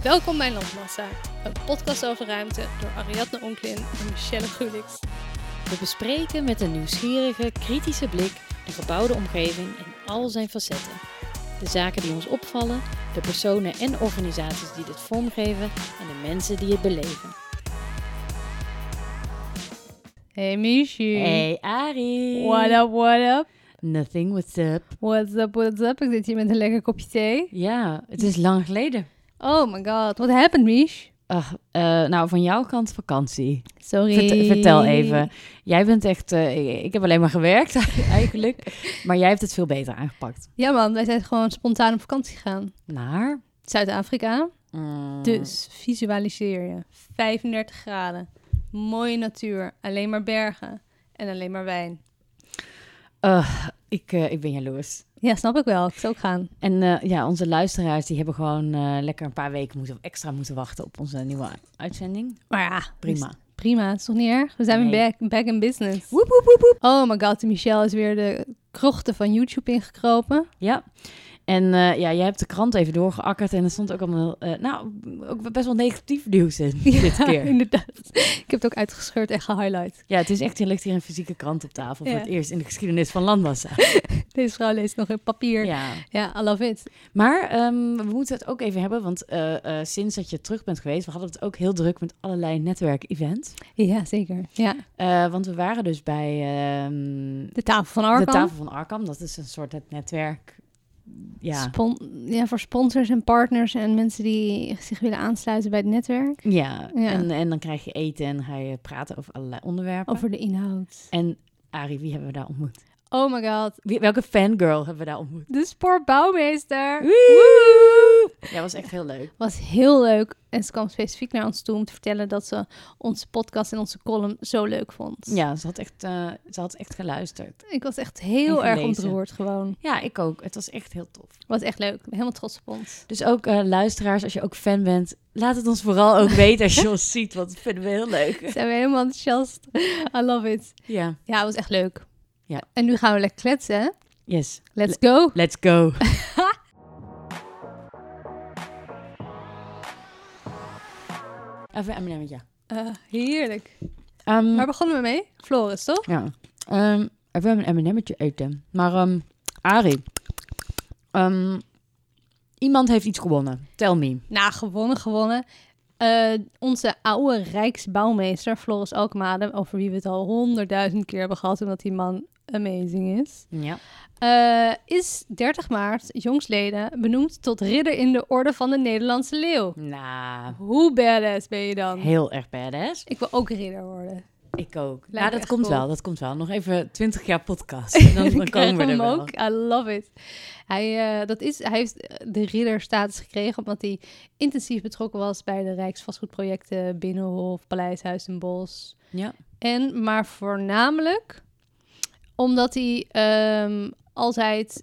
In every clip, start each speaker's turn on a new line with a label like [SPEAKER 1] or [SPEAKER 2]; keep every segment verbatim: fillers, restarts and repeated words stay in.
[SPEAKER 1] Welkom bij Landmassa, een podcast over ruimte door Ariadne Onklin en Michelle Gulix.
[SPEAKER 2] We bespreken met een nieuwsgierige, kritische blik de gebouwde omgeving in al zijn facetten. De zaken die ons opvallen, de personen en organisaties die dit vormgeven en de mensen die het beleven.
[SPEAKER 1] Hey Michi.
[SPEAKER 2] Hey Ari.
[SPEAKER 1] What up, what up?
[SPEAKER 2] Nothing, what's up?
[SPEAKER 1] What's up, what's up? Ik zit hier met een lekker kopje thee.
[SPEAKER 2] Ja, het is lang geleden.
[SPEAKER 1] Oh my god, what happened, Mich?
[SPEAKER 2] Ach, uh, nou, van jouw kant vakantie.
[SPEAKER 1] Sorry.
[SPEAKER 2] Vert, vertel even. Jij bent echt... Uh, ik, ik heb alleen maar gewerkt eigenlijk. Maar jij hebt het veel beter aangepakt.
[SPEAKER 1] Ja man, wij zijn gewoon spontaan op vakantie gegaan.
[SPEAKER 2] Naar?
[SPEAKER 1] Zuid-Afrika.
[SPEAKER 2] Mm.
[SPEAKER 1] Dus visualiseer je. vijfendertig graden. Mooie natuur. Alleen maar bergen. En alleen maar wijn.
[SPEAKER 2] Uh, ik, uh, ik ben jaloers.
[SPEAKER 1] Ja, snap ik wel. Ik zou ook gaan.
[SPEAKER 2] En uh, ja, onze luisteraars die hebben gewoon uh, lekker een paar weken moeten, extra moeten wachten op onze nieuwe uitzending.
[SPEAKER 1] Maar ja,
[SPEAKER 2] prima.
[SPEAKER 1] Dus, prima, het is toch niet erg? We zijn
[SPEAKER 2] nee.
[SPEAKER 1] weer back, back in business.
[SPEAKER 2] Woep, woep, woep, woep.
[SPEAKER 1] Oh my god, Michelle is weer de krochten van YouTube ingekropen.
[SPEAKER 2] Ja, en uh, ja, jij hebt de krant even doorgeakkerd en er stond ook allemaal, uh, nou, ook best wel negatief nieuws in
[SPEAKER 1] ja,
[SPEAKER 2] dit keer.
[SPEAKER 1] Inderdaad. Ik heb het ook uitgescheurd en gehighlight.
[SPEAKER 2] Ja, het is echt, er ligt hier een fysieke krant op tafel
[SPEAKER 1] ja.
[SPEAKER 2] voor het eerst in de geschiedenis van Landmassa.
[SPEAKER 1] Deze vrouw leest nog in papier.
[SPEAKER 2] Ja,
[SPEAKER 1] ja I love it.
[SPEAKER 2] Maar um, we moeten het ook even hebben, want uh, uh, sinds dat je terug bent geweest, we hadden het ook heel druk met allerlei netwerkevents.
[SPEAKER 1] Ja, zeker. Ja.
[SPEAKER 2] Uh, want we waren dus bij um,
[SPEAKER 1] de tafel van Arkham.
[SPEAKER 2] De tafel van Arkham, dat is een soort het netwerk. Ja.
[SPEAKER 1] Spon- ja, voor sponsors en partners en mensen die zich willen aansluiten bij het netwerk.
[SPEAKER 2] Ja,
[SPEAKER 1] ja.
[SPEAKER 2] En, en dan krijg je eten en ga je praten over allerlei onderwerpen.
[SPEAKER 1] Over de inhoud.
[SPEAKER 2] En Ari, wie hebben we daar ontmoet?
[SPEAKER 1] Oh my god.
[SPEAKER 2] Wie, welke fangirl hebben we daar ontmoet?
[SPEAKER 1] De sportbouwmeester.
[SPEAKER 2] Woe! Ja, was echt heel leuk.
[SPEAKER 1] Was heel leuk. En ze kwam specifiek naar ons toe om te vertellen dat ze onze podcast en onze column zo leuk vond.
[SPEAKER 2] Ja, ze had echt, uh, ze had echt geluisterd.
[SPEAKER 1] Ik was echt heel erg ontroerd gewoon.
[SPEAKER 2] Ja, ik ook. Het was echt heel tof.
[SPEAKER 1] Was echt leuk. Helemaal trots op ons.
[SPEAKER 2] Dus ook uh, luisteraars, als je ook fan bent, laat het ons vooral ook weten als je ons ziet. Want dat vinden we heel leuk.
[SPEAKER 1] Zijn we helemaal enthousiast. I love it.
[SPEAKER 2] Ja.
[SPEAKER 1] Ja, het was echt leuk.
[SPEAKER 2] Ja.
[SPEAKER 1] En nu gaan we lekker kletsen, hè?
[SPEAKER 2] Yes.
[SPEAKER 1] Let's go.
[SPEAKER 2] Let's go. Even een M&M'tje.
[SPEAKER 1] Uh, heerlijk.
[SPEAKER 2] Um,
[SPEAKER 1] Waar begonnen we mee? Floris, toch?
[SPEAKER 2] Ja. Um, even een M and M'tje eten. Maar um, Ari, um, iemand heeft iets gewonnen. Tell me.
[SPEAKER 1] Nou, gewonnen, gewonnen. Uh, onze oude rijksbouwmeester, Floris Alkemade, over wie we het al honderdduizend keer hebben gehad, omdat die man amazing is,
[SPEAKER 2] ja.
[SPEAKER 1] uh, is dertig maart, jongsleden, benoemd tot ridder in de orde van de Nederlandse leeuw.
[SPEAKER 2] Nou.
[SPEAKER 1] Hoe badass ben je dan?
[SPEAKER 2] Heel erg badass.
[SPEAKER 1] Ik wil ook ridder worden.
[SPEAKER 2] Ik ook.
[SPEAKER 1] Lijkt
[SPEAKER 2] ja, dat
[SPEAKER 1] cool.
[SPEAKER 2] komt wel. Dat komt wel. Nog even twintig jaar podcast. En dan, dan komen we er wel.
[SPEAKER 1] Ook. I love it. Hij, uh, dat is, hij heeft de ridderstatus gekregen omdat hij intensief betrokken was bij de Rijksvastgoedprojecten Binnenhof, Paleis, Huis en Bos.
[SPEAKER 2] Ja.
[SPEAKER 1] En maar voornamelijk omdat hij um, altijd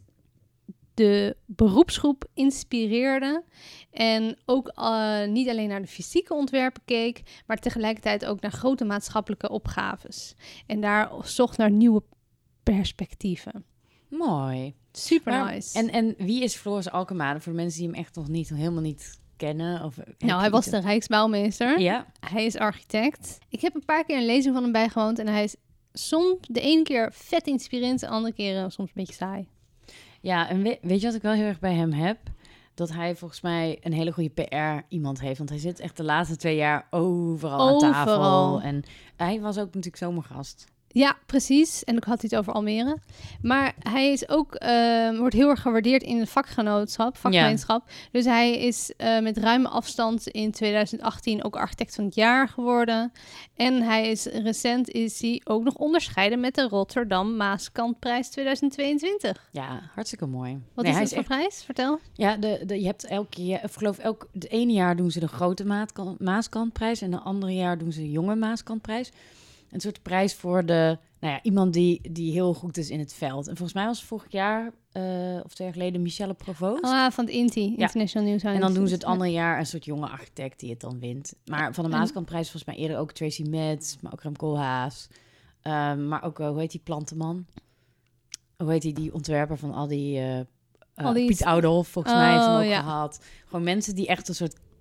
[SPEAKER 1] de beroepsgroep inspireerde en ook uh, niet alleen naar de fysieke ontwerpen keek, maar tegelijkertijd ook naar grote maatschappelijke opgaves. En daar zocht naar nieuwe perspectieven.
[SPEAKER 2] Mooi.
[SPEAKER 1] Super
[SPEAKER 2] maar,
[SPEAKER 1] nice.
[SPEAKER 2] En, en wie is Floris Alkemade voor de mensen die hem echt nog niet, helemaal niet kennen? Of,
[SPEAKER 1] nou, hij was de Rijksbouwmeester.
[SPEAKER 2] Ja.
[SPEAKER 1] Hij is architect. Ik heb een paar keer een lezing van hem bijgewoond en hij is soms de ene keer vet inspirerend, de andere keer soms een beetje saai.
[SPEAKER 2] Ja, en weet, weet je wat ik wel heel erg bij hem heb? Dat hij volgens mij een hele goede P R iemand heeft. Want hij zit echt de laatste twee jaar overal, overal. aan tafel. En hij was ook natuurlijk zomergast.
[SPEAKER 1] Ja, precies. En ik had het over Almere. Maar hij is ook, uh, wordt heel erg gewaardeerd in het vakgenootschap, vakgemeenschap. Ja. Dus hij is uh, met ruime afstand in twintig achttien ook architect van het jaar geworden. En hij is recent is hij ook nog onderscheiden met de Rotterdam Maaskantprijs twintig tweeëntwintig.
[SPEAKER 2] Ja, hartstikke mooi.
[SPEAKER 1] Wat
[SPEAKER 2] nee,
[SPEAKER 1] is
[SPEAKER 2] hij
[SPEAKER 1] dat voor echt... prijs? Vertel.
[SPEAKER 2] Ja, de, de, je hebt elke jaar, ik geloof elk, het ene jaar doen ze de grote Maaskant, Maaskantprijs en het andere jaar doen ze de jonge Maaskantprijs. Een soort prijs voor de, nou ja, iemand die, die heel goed is in het veld. En volgens mij was het vorig jaar, uh, of twee jaar geleden, Michelle Provoost.
[SPEAKER 1] Ah, van het I N T I,
[SPEAKER 2] ja.
[SPEAKER 1] International News.
[SPEAKER 2] En dan doen ze het andere jaar een soort jonge architect die het dan wint. Maar van de Maaskantprijs volgens mij eerder ook Tracy Metz, maar ook Rem Koolhaas. Um, maar ook, uh, hoe heet die plantenman? Hoe heet die, die ontwerper van al die... Uh, uh, al die... Piet Oudehoff, volgens oh, mij, heeft hem ook ja. gehad. Gewoon mensen die echt een soort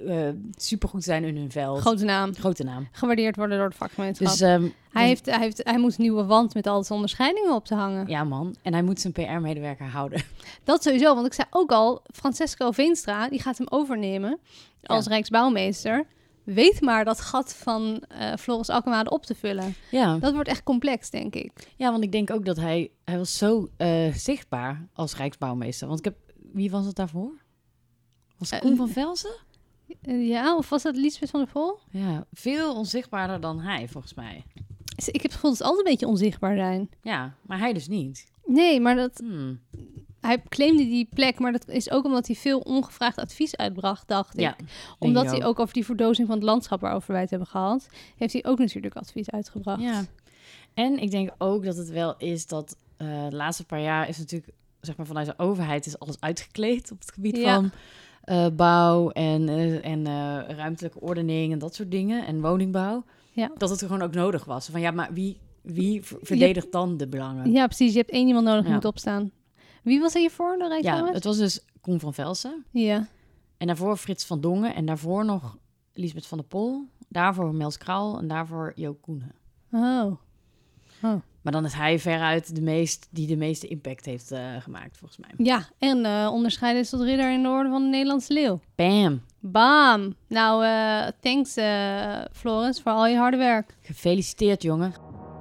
[SPEAKER 2] uh, supergoed zijn in hun veld.
[SPEAKER 1] Grote naam.
[SPEAKER 2] Grote naam.
[SPEAKER 1] Gewaardeerd worden door de vakgemeenschap.
[SPEAKER 2] Dus, um,
[SPEAKER 1] hij, heeft, hij, heeft, hij moet een nieuwe wand met al zijn onderscheidingen op te hangen.
[SPEAKER 2] Ja man, en hij moet zijn P R-medewerker houden.
[SPEAKER 1] Dat sowieso, want ik zei ook al, Francesco Veenstra, die gaat hem overnemen als ja. Rijksbouwmeester. Weet maar dat gat van uh, Floris Alkemade op te vullen.
[SPEAKER 2] Ja.
[SPEAKER 1] Dat wordt echt complex, denk ik.
[SPEAKER 2] Ja, want ik denk ook dat hij... Hij was zo uh, zichtbaar als Rijksbouwmeester. Want ik heb... Wie was het daarvoor? Was het Koen uh, van Velzen?
[SPEAKER 1] Uh, ja, of was dat Liesbeth van der Vol?
[SPEAKER 2] Ja, veel onzichtbaarder dan hij, volgens mij.
[SPEAKER 1] Ik heb het gevoel dat ze altijd een beetje onzichtbaar zijn.
[SPEAKER 2] Ja, maar hij dus niet.
[SPEAKER 1] Nee, maar dat...
[SPEAKER 2] Hmm.
[SPEAKER 1] Hij claimde die plek, maar dat is ook omdat hij veel ongevraagd advies uitbracht, dacht
[SPEAKER 2] ja,
[SPEAKER 1] ik. Omdat hij ook. ook over die verdozing van het landschap waarover wij het hebben gehad, heeft hij ook natuurlijk advies uitgebracht.
[SPEAKER 2] Ja. En ik denk ook dat het wel is dat uh, de laatste paar jaar is natuurlijk, zeg maar, vanuit de overheid is alles uitgekleed op het gebied ja. van uh, bouw en, uh, en uh, ruimtelijke ordening en dat soort dingen en woningbouw.
[SPEAKER 1] Ja. Dat
[SPEAKER 2] het er gewoon ook nodig was. Van ja, maar wie, wie verdedigt hebt, dan de belangen?
[SPEAKER 1] Ja, precies. Je hebt één iemand nodig die ja. moet opstaan. Wie was er hiervoor, de Rijksbouwers?
[SPEAKER 2] Ja, het was dus Koen van Velzen.
[SPEAKER 1] Ja.
[SPEAKER 2] En daarvoor Frits van Dongen. En daarvoor nog Liesbeth van der Pol. Daarvoor Mels Krauw. En daarvoor Jo Koenen.
[SPEAKER 1] Oh. oh.
[SPEAKER 2] Maar dan is hij veruit de meest, die de meeste impact heeft uh, gemaakt, volgens mij.
[SPEAKER 1] Ja, en uh, onderscheiden is tot ridder in de orde van de Nederlandse leeuw.
[SPEAKER 2] Bam.
[SPEAKER 1] Bam. Nou, uh, thanks uh, Floris voor al je harde werk.
[SPEAKER 2] Gefeliciteerd, jongen.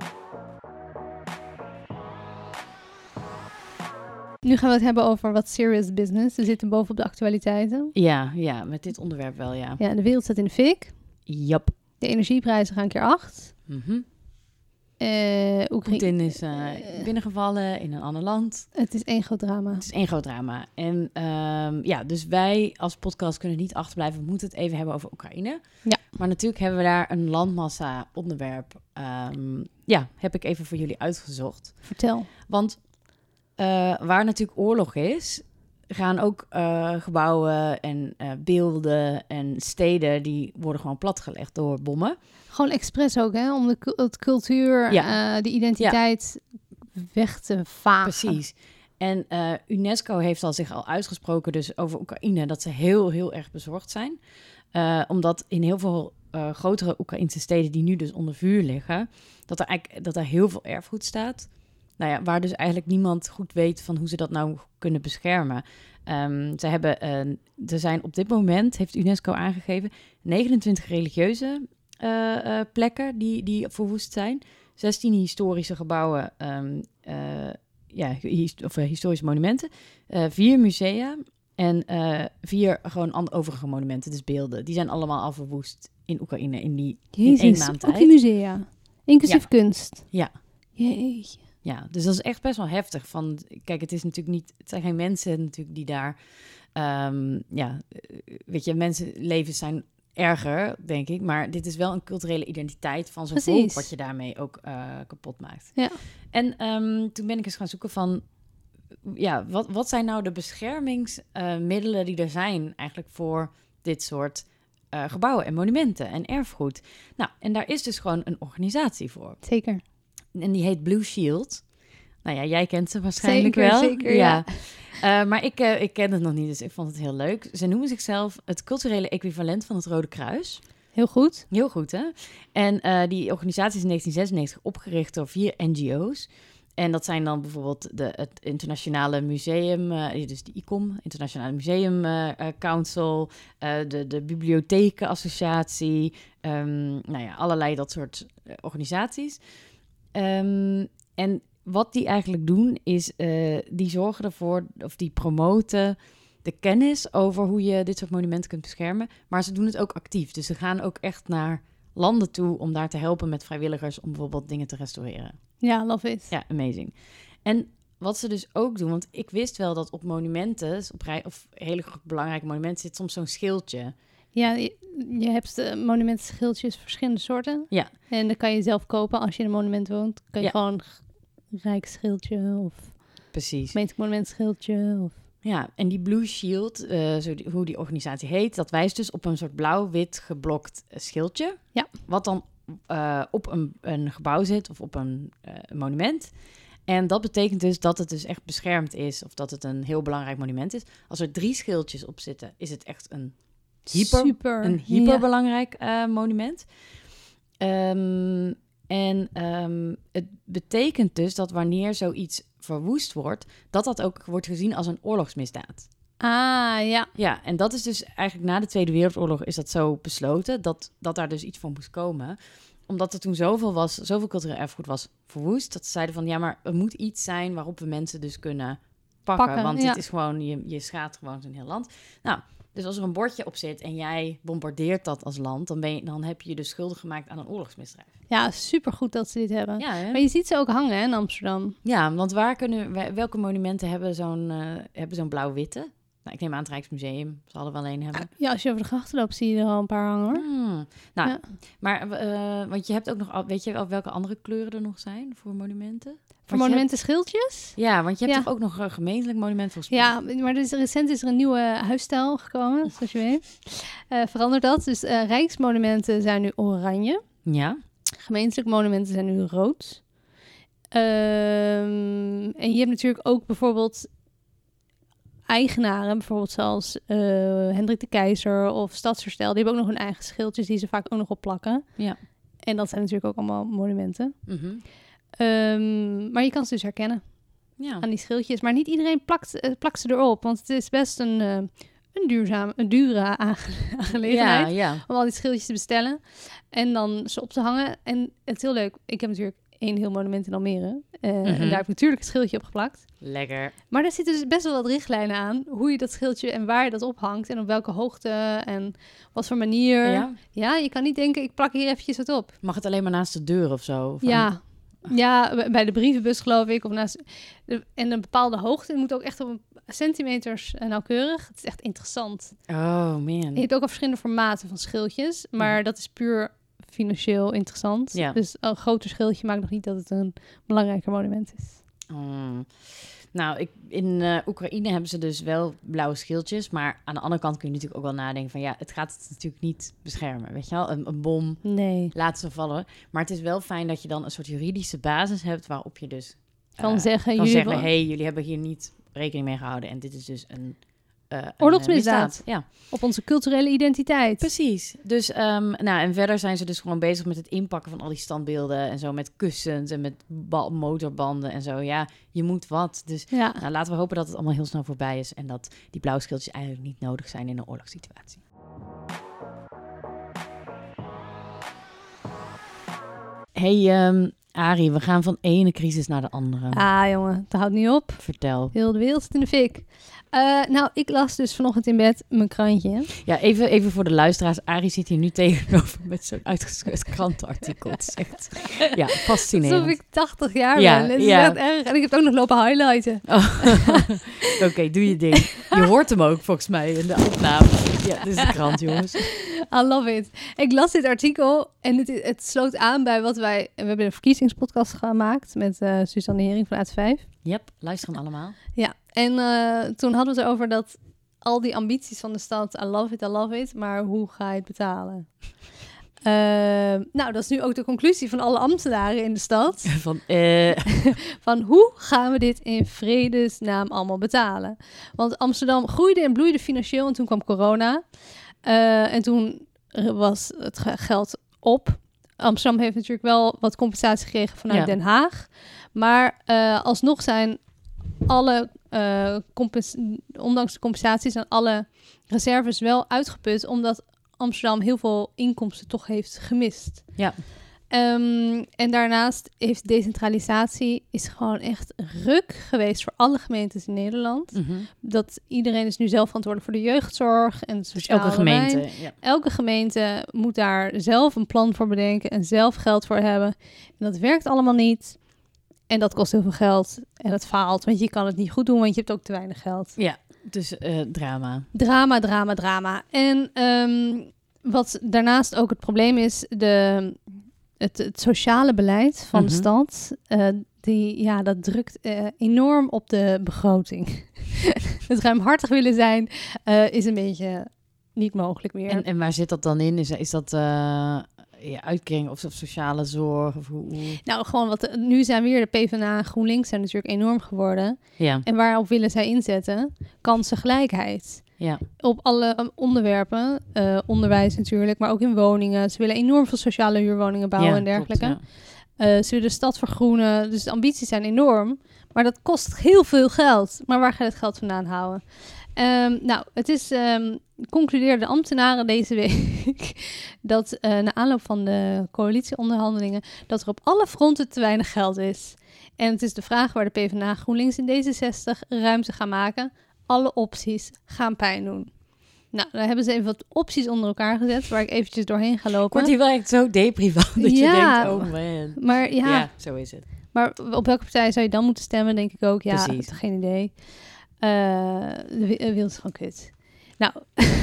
[SPEAKER 1] Nu gaan we het hebben over wat serious business. We zitten bovenop de actualiteiten.
[SPEAKER 2] Ja, ja, met dit onderwerp wel, ja.
[SPEAKER 1] Ja, de wereld staat in de fik.
[SPEAKER 2] Jap.
[SPEAKER 1] De energieprijzen gaan keer acht.
[SPEAKER 2] Mm-hmm.
[SPEAKER 1] Uh,
[SPEAKER 2] Poetin is uh, binnengevallen in een ander land.
[SPEAKER 1] Het is één groot drama.
[SPEAKER 2] Het is één groot drama. En um, ja, dus wij als podcast kunnen niet achterblijven. We moeten het even hebben over Oekraïne.
[SPEAKER 1] Ja.
[SPEAKER 2] Maar natuurlijk hebben we daar een landmassa onderwerp. Um, ja, heb ik even voor jullie uitgezocht.
[SPEAKER 1] Vertel.
[SPEAKER 2] Want uh, waar natuurlijk oorlog is, gaan ook uh, gebouwen en uh, beelden en steden, die worden gewoon platgelegd door bommen.
[SPEAKER 1] Gewoon expres ook, hè? Om de het cultuur, ja. uh, de identiteit ja. weg te vagen.
[SPEAKER 2] Precies. En uh, UNESCO heeft al zich al uitgesproken dus over Oekraïne, dat ze heel, heel erg bezorgd zijn. Uh, omdat in heel veel uh, grotere Oekraïnse steden die nu dus onder vuur liggen, dat er eigenlijk dat er heel veel erfgoed staat. Nou ja, waar dus eigenlijk niemand goed weet van hoe ze dat nou kunnen beschermen. Um, ze hebben, uh, er zijn op dit moment, heeft UNESCO aangegeven, negenentwintig religieuze uh, uh, plekken die, die verwoest zijn. zestien historische gebouwen, um, uh, ja, his, of uh, historische monumenten. Uh, vier musea en uh, vier gewoon an- overige monumenten, dus beelden. Die zijn allemaal al verwoest in Oekraïne in die in één maand tijd.
[SPEAKER 1] Ook die musea, inclusief ja. kunst.
[SPEAKER 2] Ja.
[SPEAKER 1] Jeetje.
[SPEAKER 2] Ja, dus dat is echt best wel heftig. Van, kijk, het is natuurlijk niet, het zijn geen mensen natuurlijk die daar, um, ja, weet je, mensenlevens zijn erger, denk ik. Maar dit is wel een culturele identiteit van zo'n volk wat je daarmee ook uh, kapot maakt.
[SPEAKER 1] Ja.
[SPEAKER 2] En um, toen ben ik eens gaan zoeken van, ja, wat, wat zijn nou de beschermingsmiddelen uh, die er zijn eigenlijk voor dit soort uh, gebouwen en monumenten en erfgoed. Nou, en daar is dus gewoon een organisatie voor.
[SPEAKER 1] Zeker.
[SPEAKER 2] En die heet Blue Shield. Nou ja, jij kent ze waarschijnlijk
[SPEAKER 1] zeker,
[SPEAKER 2] wel.
[SPEAKER 1] Zeker, ja.
[SPEAKER 2] ja. Uh, maar ik, uh, ik ken het nog niet, dus ik vond het heel leuk. Ze noemen zichzelf het culturele equivalent van het Rode Kruis.
[SPEAKER 1] Heel goed.
[SPEAKER 2] Heel goed, hè? En uh, die organisatie is in negentien zesennegentig opgericht door vier N G O's. En dat zijn dan bijvoorbeeld de, het Internationale Museum, uh, dus de I C O M, Internationale Museum uh, uh, Council, uh, de, de Bibliothekenassociatie, um, nou ja, allerlei dat soort uh, organisaties. Um, en wat die eigenlijk doen is, uh, die zorgen ervoor, of die promoten de kennis over hoe je dit soort monumenten kunt beschermen. Maar ze doen het ook actief. Dus ze gaan ook echt naar landen toe om daar te helpen met vrijwilligers om bijvoorbeeld dingen te restaureren.
[SPEAKER 1] Ja, love it.
[SPEAKER 2] Ja, amazing. En wat ze dus ook doen, want ik wist wel dat op monumenten, op rij, of hele belangrijke monumenten, zit soms zo'n schildje.
[SPEAKER 1] Ja, je, je hebt uh, monumentenschildjes, verschillende soorten.
[SPEAKER 2] Ja.
[SPEAKER 1] En dan kan je zelf kopen als je in een monument woont. Kan je ja. gewoon een rijksschildje of
[SPEAKER 2] precies.
[SPEAKER 1] gemeentelijk monumentschildje of...
[SPEAKER 2] Ja, en die Blue Shield, uh, zo die, hoe die organisatie heet, dat wijst dus op een soort blauw-wit geblokt schildje.
[SPEAKER 1] Ja.
[SPEAKER 2] Wat dan uh, op een, een gebouw zit of op een uh, monument. En dat betekent dus dat het dus echt beschermd is of dat het een heel belangrijk monument is. Als er drie schildjes op zitten, is het echt een hyper,
[SPEAKER 1] Super.
[SPEAKER 2] een hyperbelangrijk uh, monument. Um, en um, het betekent dus dat wanneer zoiets verwoest wordt, dat dat ook wordt gezien als een oorlogsmisdaad.
[SPEAKER 1] Ah, ja.
[SPEAKER 2] Ja, en dat is dus eigenlijk na de Tweede Wereldoorlog is dat zo besloten, dat, dat daar dus iets van moest komen. Omdat er toen zoveel was, zoveel cultureel erfgoed was verwoest, dat ze zeiden van, ja, maar er moet iets zijn waarop we mensen dus kunnen pakken. pakken want ja. dit is gewoon, je, je schaadt gewoon zo'n heel land. Nou, dus als er een bordje op zit en jij bombardeert dat als land, dan, ben je, dan heb je je dus schuldig gemaakt aan een oorlogsmisdrijf.
[SPEAKER 1] Ja, supergoed dat ze dit hebben.
[SPEAKER 2] Ja,
[SPEAKER 1] maar je ziet ze ook hangen hè, in Amsterdam.
[SPEAKER 2] Ja, want waar kunnen, welke monumenten hebben zo'n, uh, hebben zo'n blauw-witte? Nou, ik neem aan het Rijksmuseum. Ze hadden wel een hebben.
[SPEAKER 1] Ja, als je over de grachten loopt, zie je er al een paar hangen, hoor.
[SPEAKER 2] Hmm. Nou, ja. maar uh, want je hebt ook nog... Weet je welke andere kleuren er nog zijn voor monumenten?
[SPEAKER 1] Voor want monumenten hebt... schildjes?
[SPEAKER 2] Ja, want je hebt ja. toch ook nog een gemeentelijk monument volgens mij?
[SPEAKER 1] Ja, maar dus recent is er een nieuwe huisstijl gekomen, zoals je weet. Uh, verandert dat. Dus uh, Rijksmonumenten zijn nu oranje.
[SPEAKER 2] Ja.
[SPEAKER 1] Gemeentelijke monumenten zijn nu rood. Um, en je hebt natuurlijk ook bijvoorbeeld... eigenaren, bijvoorbeeld zoals uh, Hendrik de Keizer of Stadsherstel, die hebben ook nog hun eigen schildjes die ze vaak ook nog op plakken.
[SPEAKER 2] Ja.
[SPEAKER 1] En dat zijn natuurlijk ook allemaal monumenten.
[SPEAKER 2] Mm-hmm.
[SPEAKER 1] Um, maar je kan ze dus herkennen
[SPEAKER 2] ja.
[SPEAKER 1] aan die schildjes. Maar niet iedereen plakt, uh, plakt ze erop, want het is best een, uh, een, duurzaam, een dure aangelegenheid
[SPEAKER 2] ja, ja.
[SPEAKER 1] om al die schildjes te bestellen en dan ze op te hangen. En het is heel leuk. Ik heb natuurlijk één heel monument in Almere. Uh, mm-hmm. En daar heb ik natuurlijk een schildje op geplakt.
[SPEAKER 2] Lekker.
[SPEAKER 1] Maar er zitten dus best wel wat richtlijnen aan. Hoe je dat schildje en waar je dat ophangt. En op welke hoogte en wat voor manier.
[SPEAKER 2] Ja,
[SPEAKER 1] ja je kan niet denken, ik plak hier eventjes wat op.
[SPEAKER 2] Mag het alleen maar naast de deur of zo? Of
[SPEAKER 1] ja.
[SPEAKER 2] Aan...
[SPEAKER 1] ja, bij de brievenbus geloof ik. Of naast... En een bepaalde hoogte. Het moet ook echt op een centimeters nauwkeurig. Het is echt interessant.
[SPEAKER 2] Oh, man.
[SPEAKER 1] Je hebt ook al verschillende formaten van schildjes. Maar mm. dat is puur... financieel interessant.
[SPEAKER 2] Ja.
[SPEAKER 1] Dus een groter schildje maakt nog niet dat het een belangrijker monument is.
[SPEAKER 2] Mm. Nou, ik, in uh, Oekraïne hebben ze dus wel blauwe schildjes. Maar aan de andere kant kun je natuurlijk ook wel nadenken van... ja, het gaat het natuurlijk niet beschermen. Weet je wel, een, een bom,
[SPEAKER 1] nee.
[SPEAKER 2] laat ze vallen. Maar het is wel fijn dat je dan een soort juridische basis hebt... waarop je dus
[SPEAKER 1] kan
[SPEAKER 2] uh,
[SPEAKER 1] zeggen...
[SPEAKER 2] kan
[SPEAKER 1] jullie
[SPEAKER 2] zeggen, hey, jullie hebben hier niet rekening mee gehouden... en dit is dus een... Uh,
[SPEAKER 1] oorlogsmisdaad.
[SPEAKER 2] Ja.
[SPEAKER 1] Op onze culturele identiteit.
[SPEAKER 2] Precies. Dus, um, nou, en verder zijn ze dus gewoon bezig met het inpakken van al die standbeelden en zo, met kussens en met bal- motorbanden en zo. Ja, je moet wat. Dus
[SPEAKER 1] ja.
[SPEAKER 2] nou, laten we hopen dat het allemaal heel snel voorbij is en dat die blauwe schildjes eigenlijk niet nodig zijn in een oorlogssituatie. Hey, um, Arie, we gaan van ene crisis naar de andere.
[SPEAKER 1] Ah, jongen, dat houdt niet op.
[SPEAKER 2] Vertel.
[SPEAKER 1] Heel de wereld zit in de fik. Uh, nou, ik las dus vanochtend in bed mijn krantje.
[SPEAKER 2] Ja, even, even voor de luisteraars. Arie zit hier nu tegenover met zo'n uitgeschreven krantenartikel. Het is echt, ja, fascinerend.
[SPEAKER 1] Alsof ik tachtig jaar
[SPEAKER 2] ja,
[SPEAKER 1] ben. Het is
[SPEAKER 2] ja.
[SPEAKER 1] echt erg. En ik heb het ook nog lopen highlighten.
[SPEAKER 2] Oh. Oké, okay, doe je ding. Je hoort hem ook volgens mij in de opname. Ja, dit is de krant, jongens.
[SPEAKER 1] I love it. Ik las dit artikel en het, het sloot aan bij wat wij... We hebben een verkiezingspodcast gemaakt met uh, Suzanne Hering van A T vijf.
[SPEAKER 2] Yep, luister hem allemaal.
[SPEAKER 1] Ja, en uh, toen hadden we het over dat al die ambities van de stad, I love it, I love it, maar hoe ga je het betalen? Uh, nou, dat is nu ook de conclusie van alle ambtenaren in de stad.
[SPEAKER 2] Van, uh...
[SPEAKER 1] van hoe gaan we dit in vredesnaam allemaal betalen? Want Amsterdam groeide en bloeide financieel en toen kwam corona. Uh, en toen was het geld op. Amsterdam heeft natuurlijk wel wat compensatie gekregen vanuit ja. Den Haag. Maar uh, alsnog zijn alle, uh, compens- ondanks de compensaties, zijn alle reserves wel uitgeput, omdat Amsterdam heel veel inkomsten toch heeft gemist.
[SPEAKER 2] Ja.
[SPEAKER 1] Um, en daarnaast heeft decentralisatie is gewoon echt ruk geweest voor alle gemeentes in Nederland.
[SPEAKER 2] Mm-hmm. Dat
[SPEAKER 1] iedereen is nu zelf verantwoordelijk voor de jeugdzorg en het sociale
[SPEAKER 2] dus elke gemeente. Ja.
[SPEAKER 1] Elke gemeente moet daar zelf een plan voor bedenken en zelf geld voor hebben. En dat werkt allemaal niet. En dat kost heel veel geld. En dat faalt, want je kan het niet goed doen, want je hebt ook te weinig geld.
[SPEAKER 2] Ja, dus uh, drama.
[SPEAKER 1] Drama, drama, drama. En um, wat daarnaast ook het probleem is, de, het, het sociale beleid van mm-hmm. de stad, uh, die, ja, dat drukt uh, enorm op de begroting. Het ruimhartig willen zijn uh, is een beetje niet mogelijk meer.
[SPEAKER 2] En, en waar zit dat dan in? Is, is dat... Uh... Ja, uitkering of, of sociale zorg? Of hoe, hoe...
[SPEAKER 1] Nou, gewoon wat... Nu zijn weer de PvdA en GroenLinks zijn natuurlijk enorm geworden.
[SPEAKER 2] Ja.
[SPEAKER 1] En waarop willen zij inzetten? Kansengelijkheid.
[SPEAKER 2] Ja.
[SPEAKER 1] Op alle onderwerpen. Uh, onderwijs natuurlijk, maar ook in woningen. Ze willen enorm veel sociale huurwoningen bouwen
[SPEAKER 2] Ja,
[SPEAKER 1] en dergelijke.
[SPEAKER 2] klopt, ja.
[SPEAKER 1] uh, ze willen de stad vergroenen. Dus de ambities zijn enorm. Maar dat kost heel veel geld. Maar waar ga je het geld vandaan houden? Um, nou, het is... Um, concludeerden ambtenaren deze week dat uh, na aanloop van de coalitieonderhandelingen dat er op alle fronten te weinig geld is. En het is de vraag waar de PvdA, GroenLinks en D zesenzestig ruimte gaan maken. Alle opties gaan pijn doen. Nou, dan hebben ze even wat opties onder elkaar gezet, waar ik eventjes doorheen ga lopen.
[SPEAKER 2] Wordt hier wel echt zo depri van, dat
[SPEAKER 1] ja,
[SPEAKER 2] je denkt, oh man.
[SPEAKER 1] Maar ja,
[SPEAKER 2] ja, zo is het.
[SPEAKER 1] Maar op welke partij zou je dan moeten stemmen, denk ik ook. Ja,
[SPEAKER 2] Precies.
[SPEAKER 1] Geen idee. Uh, de wereld is gewoon kut. Nou,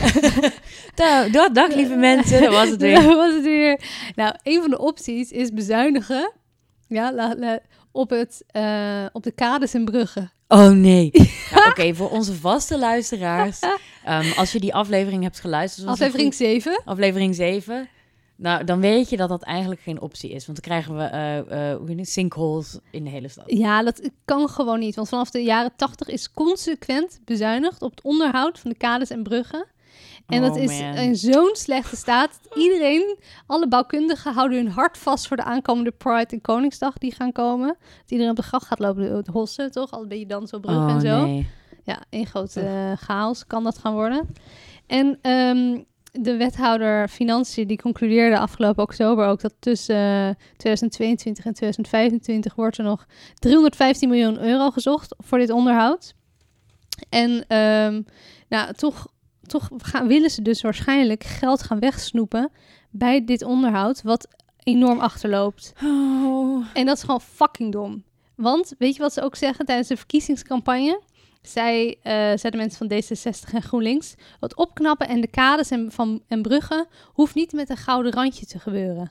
[SPEAKER 2] nou, dat dag, lieve mensen, dat was het weer.
[SPEAKER 1] Dat was het weer. Nou, een van de opties is bezuinigen ja, la, la, op, het, uh, op de kades en bruggen.
[SPEAKER 2] Oh nee. Nou, Oké, okay, voor onze vaste luisteraars, um, als je die aflevering hebt geluisterd...
[SPEAKER 1] Aflevering zeven.
[SPEAKER 2] Aflevering zeven. Nou, dan weet je dat dat eigenlijk geen optie is. Want dan krijgen we uh, uh, hoe heet het, sinkholes in de hele stad.
[SPEAKER 1] Ja, dat kan gewoon niet. Want vanaf de jaren tachtig is consequent bezuinigd op het onderhoud van de kades en bruggen. En
[SPEAKER 2] oh,
[SPEAKER 1] dat is
[SPEAKER 2] man.
[SPEAKER 1] in zo'n slechte staat. Iedereen, alle bouwkundigen houden hun hart vast voor de aankomende Pride en Koningsdag die gaan komen. Dat iedereen op de gracht gaat lopen, het hossen, toch? Al ben je dan zo brug
[SPEAKER 2] oh,
[SPEAKER 1] en zo.
[SPEAKER 2] Nee.
[SPEAKER 1] Ja, één grote uh, chaos kan dat gaan worden. En... Um, de wethouder Financiën die concludeerde afgelopen oktober ook dat tussen uh, tweeduizend tweeëntwintig en tweeduizend vijfentwintig wordt er nog driehonderdvijftien miljoen euro gezocht voor dit onderhoud. En um, nou, toch, toch gaan, willen ze dus waarschijnlijk geld gaan wegsnoepen bij dit onderhoud, wat enorm achterloopt.
[SPEAKER 2] Oh.
[SPEAKER 1] En dat is gewoon fucking dom. Want, weet je wat ze ook zeggen tijdens de verkiezingscampagne? Zij, uh, zeiden mensen van D zesenzestig en GroenLinks, het opknappen en de kades en, van, en bruggen hoeft niet met een gouden randje te gebeuren.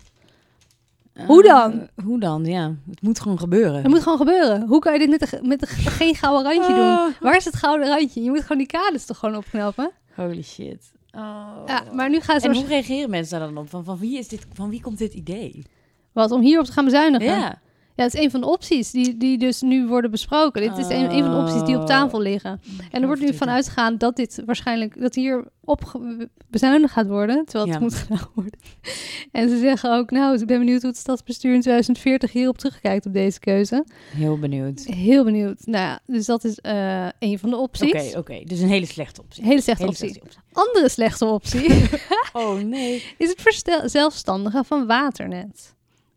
[SPEAKER 1] Uh, hoe dan?
[SPEAKER 2] Uh, hoe dan, ja. Het moet gewoon gebeuren.
[SPEAKER 1] Het moet gewoon gebeuren. Hoe kan je dit met, de, met de, geen gouden randje oh. doen? Waar is het gouden randje? Je moet gewoon die kades toch gewoon opknappen?
[SPEAKER 2] Holy shit. Oh.
[SPEAKER 1] Ja, maar nu gaan ze...
[SPEAKER 2] En hoe reageren mensen daar dan op? Van, van, wie is dit, van wie komt dit idee?
[SPEAKER 1] Wat, om hierop te gaan bezuinigen?
[SPEAKER 2] Ja.
[SPEAKER 1] Ja, het is een van de opties die, die dus nu worden besproken. Dit is een, een van de opties die op tafel liggen. En er wordt nu van uitgegaan dat dit waarschijnlijk, dat hier op bezuinigd gaat worden, terwijl het ja. moet gedaan worden. En ze zeggen ook, nou, ik ben benieuwd hoe het stadsbestuur in tweeduizend veertig hierop terugkijkt op deze keuze.
[SPEAKER 2] Heel benieuwd.
[SPEAKER 1] Heel benieuwd. Nou ja, dus dat is uh, een van de opties.
[SPEAKER 2] Oké, okay, oké. Okay. Dus een hele slechte optie.
[SPEAKER 1] Hele slechte, hele optie. slechte optie. Andere slechte optie
[SPEAKER 2] oh nee.
[SPEAKER 1] is het verzelfstandigen van Waternet.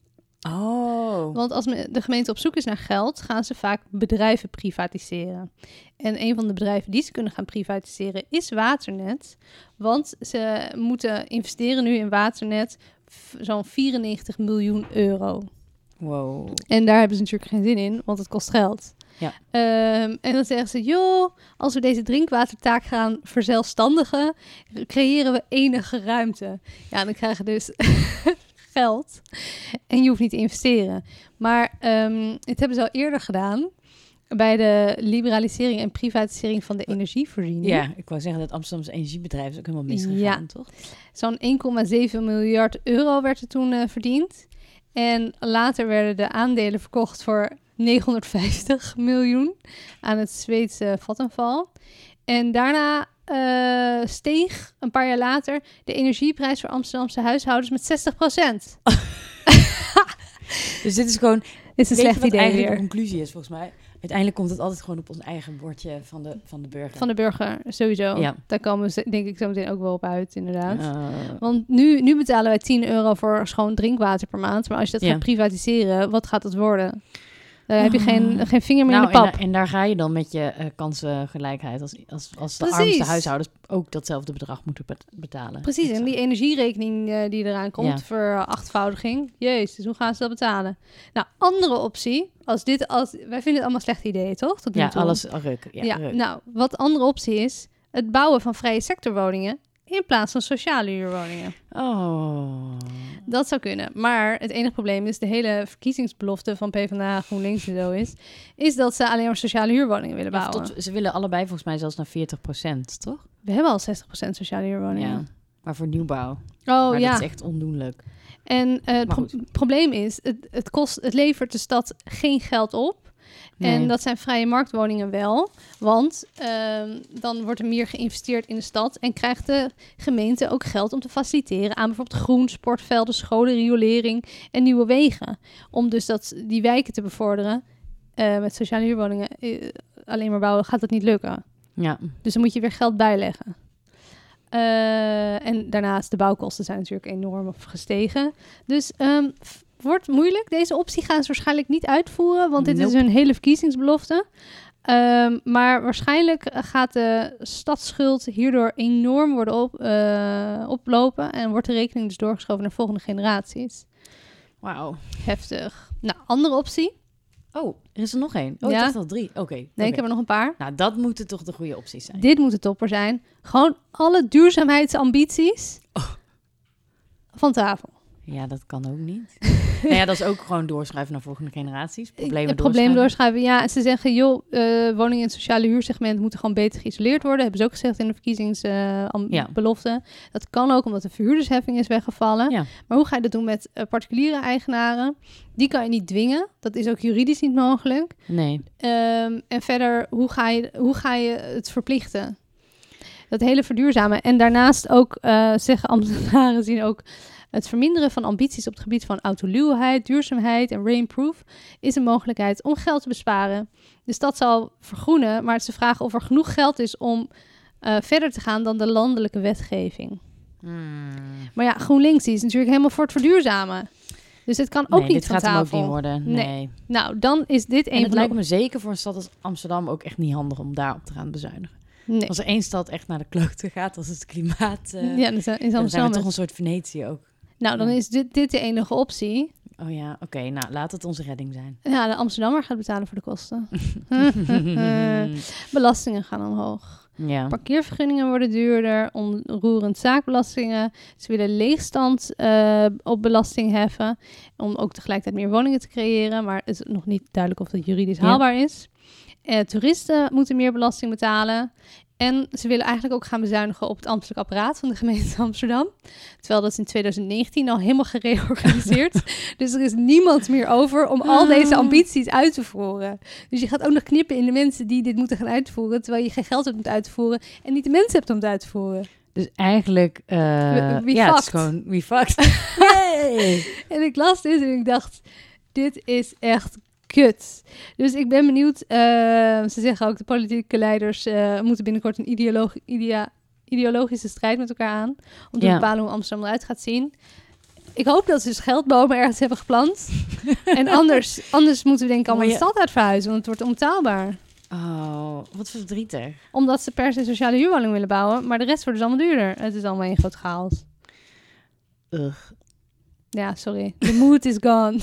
[SPEAKER 2] Oh.
[SPEAKER 1] Want als de gemeente op zoek is naar geld, gaan ze vaak bedrijven privatiseren. En een van de bedrijven die ze kunnen gaan privatiseren is Waternet. Want ze moeten investeren nu in Waternet f- zo'n vierennegentig miljoen euro.
[SPEAKER 2] Wow.
[SPEAKER 1] En daar hebben ze natuurlijk geen zin in, want het kost geld.
[SPEAKER 2] Ja.
[SPEAKER 1] Um, en dan zeggen ze, joh, als we deze drinkwatertaak gaan verzelfstandigen, creëren we enige ruimte. Ja, dan krijgen we dus... geld en je hoeft niet te investeren. Maar um, het hebben ze al eerder gedaan bij de liberalisering en privatisering van de energievoorziening.
[SPEAKER 2] Ja, ik wou zeggen dat Amsterdamse energiebedrijf is ook helemaal misgegaan, ja. toch?
[SPEAKER 1] Zo'n één komma zeven miljard euro werd er toen uh, verdiend. En later werden de aandelen verkocht voor negenhonderdvijftig miljoen aan het Zweedse Vattenfall. En daarna uh, steeg een paar jaar later de energieprijs voor Amsterdamse huishoudens met zestig procent.
[SPEAKER 2] Dus dit is gewoon...
[SPEAKER 1] Dit is een slecht idee
[SPEAKER 2] eigenlijk
[SPEAKER 1] weer.
[SPEAKER 2] De conclusie is volgens mij... Uiteindelijk komt het altijd gewoon op ons eigen bordje van de, van de burger.
[SPEAKER 1] Van de burger, sowieso.
[SPEAKER 2] Ja.
[SPEAKER 1] Daar komen we denk ik zo meteen ook wel op uit, inderdaad.
[SPEAKER 2] Uh,
[SPEAKER 1] Want nu, nu betalen wij tien euro voor schoon drinkwater per maand. Maar als je dat
[SPEAKER 2] ja.
[SPEAKER 1] gaat privatiseren, wat gaat het worden? Daar heb je geen, geen vinger meer
[SPEAKER 2] nou,
[SPEAKER 1] in de pap.
[SPEAKER 2] En, da- en daar ga je dan met je uh, kansengelijkheid. Als, als, als de Precies. armste huishoudens ook datzelfde bedrag moeten bet- betalen.
[SPEAKER 1] Precies, exact. En die energierekening uh, die eraan komt ja. voor achtvoudiging. Jezus, hoe gaan ze dat betalen? Nou, andere optie. Als dit, als, wij vinden het allemaal slechte ideeën, toch? Tot
[SPEAKER 2] ja, alles ruk. Ja,
[SPEAKER 1] ja
[SPEAKER 2] ruk.
[SPEAKER 1] Nou, wat andere optie is... het bouwen van vrije sectorwoningen... in plaats van sociale huurwoningen.
[SPEAKER 2] Oh.
[SPEAKER 1] Dat zou kunnen. Maar het enige probleem is... de hele verkiezingsbelofte van PvdA, GroenLinks en zo is... is dat ze alleen maar sociale huurwoningen willen bouwen.
[SPEAKER 2] Ja, tot, ze willen allebei volgens mij zelfs naar veertig procent, toch?
[SPEAKER 1] We hebben al zestig procent sociale huurwoningen.
[SPEAKER 2] Ja, maar voor nieuwbouw.
[SPEAKER 1] Oh
[SPEAKER 2] maar
[SPEAKER 1] ja.
[SPEAKER 2] dat is echt ondoenlijk.
[SPEAKER 1] En uh, het pro- probleem is... Het, het, kost, het levert de stad geen geld op...
[SPEAKER 2] Nee.
[SPEAKER 1] En dat zijn vrije marktwoningen wel. Want um, dan wordt er meer geïnvesteerd in de stad. En krijgt de gemeente ook geld om te faciliteren aan bijvoorbeeld groen, sportvelden, scholen, riolering en nieuwe wegen. Om dus dat, die wijken te bevorderen. Uh, met sociale huurwoningen uh, alleen maar bouwen gaat dat niet lukken.
[SPEAKER 2] Ja.
[SPEAKER 1] Dus dan moet je weer geld bijleggen. Uh, en daarnaast de bouwkosten zijn natuurlijk enorm gestegen. Dus um, f- wordt moeilijk. Deze optie gaan ze waarschijnlijk niet uitvoeren, want dit nope. is hun hele verkiezingsbelofte. Um, maar waarschijnlijk gaat de stadsschuld hierdoor enorm worden op, uh, oplopen en wordt de rekening dus doorgeschoven naar volgende generaties.
[SPEAKER 2] Wauw.
[SPEAKER 1] Heftig. Nou, andere optie.
[SPEAKER 2] Oh, er is er nog één. Oh,
[SPEAKER 1] ja.
[SPEAKER 2] ik dacht al drie. Oké. Okay,
[SPEAKER 1] nee,
[SPEAKER 2] okay.
[SPEAKER 1] ik heb er nog een paar.
[SPEAKER 2] Nou, dat moeten toch de goede opties zijn.
[SPEAKER 1] Dit moet de topper zijn. Gewoon alle duurzaamheidsambities oh. van tafel.
[SPEAKER 2] Ja, dat kan ook niet. Nou ja, dat is ook gewoon doorschuiven naar volgende generaties. Problemen
[SPEAKER 1] Het probleem doorschuiven. Ja, en ze zeggen, joh, uh, woningen in het sociale huursegment moeten gewoon beter geïsoleerd worden. Hebben ze ook gezegd in de verkiezingsbelofte. Uh, ja. Dat kan ook omdat de verhuurdersheffing is weggevallen. Ja. Maar hoe ga je dat doen met uh, particuliere eigenaren? Die kan je niet dwingen. Dat is ook juridisch niet mogelijk.
[SPEAKER 2] Nee.
[SPEAKER 1] Um, en verder, hoe ga, je, hoe ga je het verplichten? Dat hele verduurzamen. En daarnaast ook, uh, zeggen ambtenaren, zien ook... Het verminderen van ambities op het gebied van autoluwheid, duurzaamheid en rainproof is een mogelijkheid om geld te besparen. De stad zal vergroenen, maar het is de vraag of er genoeg geld is om uh, verder te gaan dan de landelijke wetgeving.
[SPEAKER 2] Hmm.
[SPEAKER 1] Maar ja, GroenLinks is natuurlijk helemaal voor het verduurzamen. Dus het kan ook
[SPEAKER 2] nee,
[SPEAKER 1] niet
[SPEAKER 2] dit
[SPEAKER 1] van
[SPEAKER 2] gaat
[SPEAKER 1] tafel.
[SPEAKER 2] hem ook niet worden. Nee.
[SPEAKER 1] nee. Nou, dan is dit een
[SPEAKER 2] en het
[SPEAKER 1] van
[SPEAKER 2] lijkt
[SPEAKER 1] de...
[SPEAKER 2] me zeker voor een stad als Amsterdam ook echt niet handig om daarop te gaan bezuinigen.
[SPEAKER 1] Nee.
[SPEAKER 2] Als er één stad echt naar de klote gaat, als het klimaat... Uh,
[SPEAKER 1] ja, dan zijn, is
[SPEAKER 2] dan zijn we toch een soort Venetië ook.
[SPEAKER 1] Nou, dan is dit, dit de enige optie.
[SPEAKER 2] Oh ja, oké. Okay, nou, laat het onze redding zijn.
[SPEAKER 1] Ja, de Amsterdammer gaat betalen voor de kosten. Belastingen gaan omhoog.
[SPEAKER 2] Ja.
[SPEAKER 1] Parkeervergunningen worden duurder. Onroerend zaakbelastingen. Ze willen leegstand uh, op belasting heffen. Om ook tegelijkertijd meer woningen te creëren. Maar het is nog niet duidelijk of dat juridisch haalbaar ja. is. Uh, toeristen moeten meer belasting betalen. En ze willen eigenlijk ook gaan bezuinigen op het ambtelijk apparaat van de gemeente Amsterdam. Terwijl dat is in twintig negentien al helemaal gereorganiseerd. Dus er is niemand meer over om al deze ambities uit te voeren. Dus je gaat ook nog knippen in de mensen die dit moeten gaan uitvoeren. Terwijl je geen geld hebt om het uit te voeren. En niet de mensen hebt om het uit te voeren.
[SPEAKER 2] Dus eigenlijk, uh,
[SPEAKER 1] we, we
[SPEAKER 2] ja,
[SPEAKER 1] fucked.
[SPEAKER 2] het is gewoon, we fucked. Yay!
[SPEAKER 1] En ik las dit en ik dacht, dit is echt kut. Dus ik ben benieuwd. Uh, ze zeggen ook, de politieke leiders uh, moeten binnenkort een ideoloog, idea, ideologische strijd met elkaar aan. Om te ja. bepalen hoe Amsterdam eruit gaat zien. Ik hoop dat ze dus geldbomen ergens hebben geplant. En anders, anders moeten we denk ik allemaal je... de stad uit verhuizen, want het wordt onbetaalbaar.
[SPEAKER 2] Oh, wat verdrietig.
[SPEAKER 1] Omdat ze per se sociale huurwoning willen bouwen, maar de rest wordt dus allemaal duurder. Het is allemaal een groot chaos.
[SPEAKER 2] Ugh.
[SPEAKER 1] Ja, sorry. The mood is gone.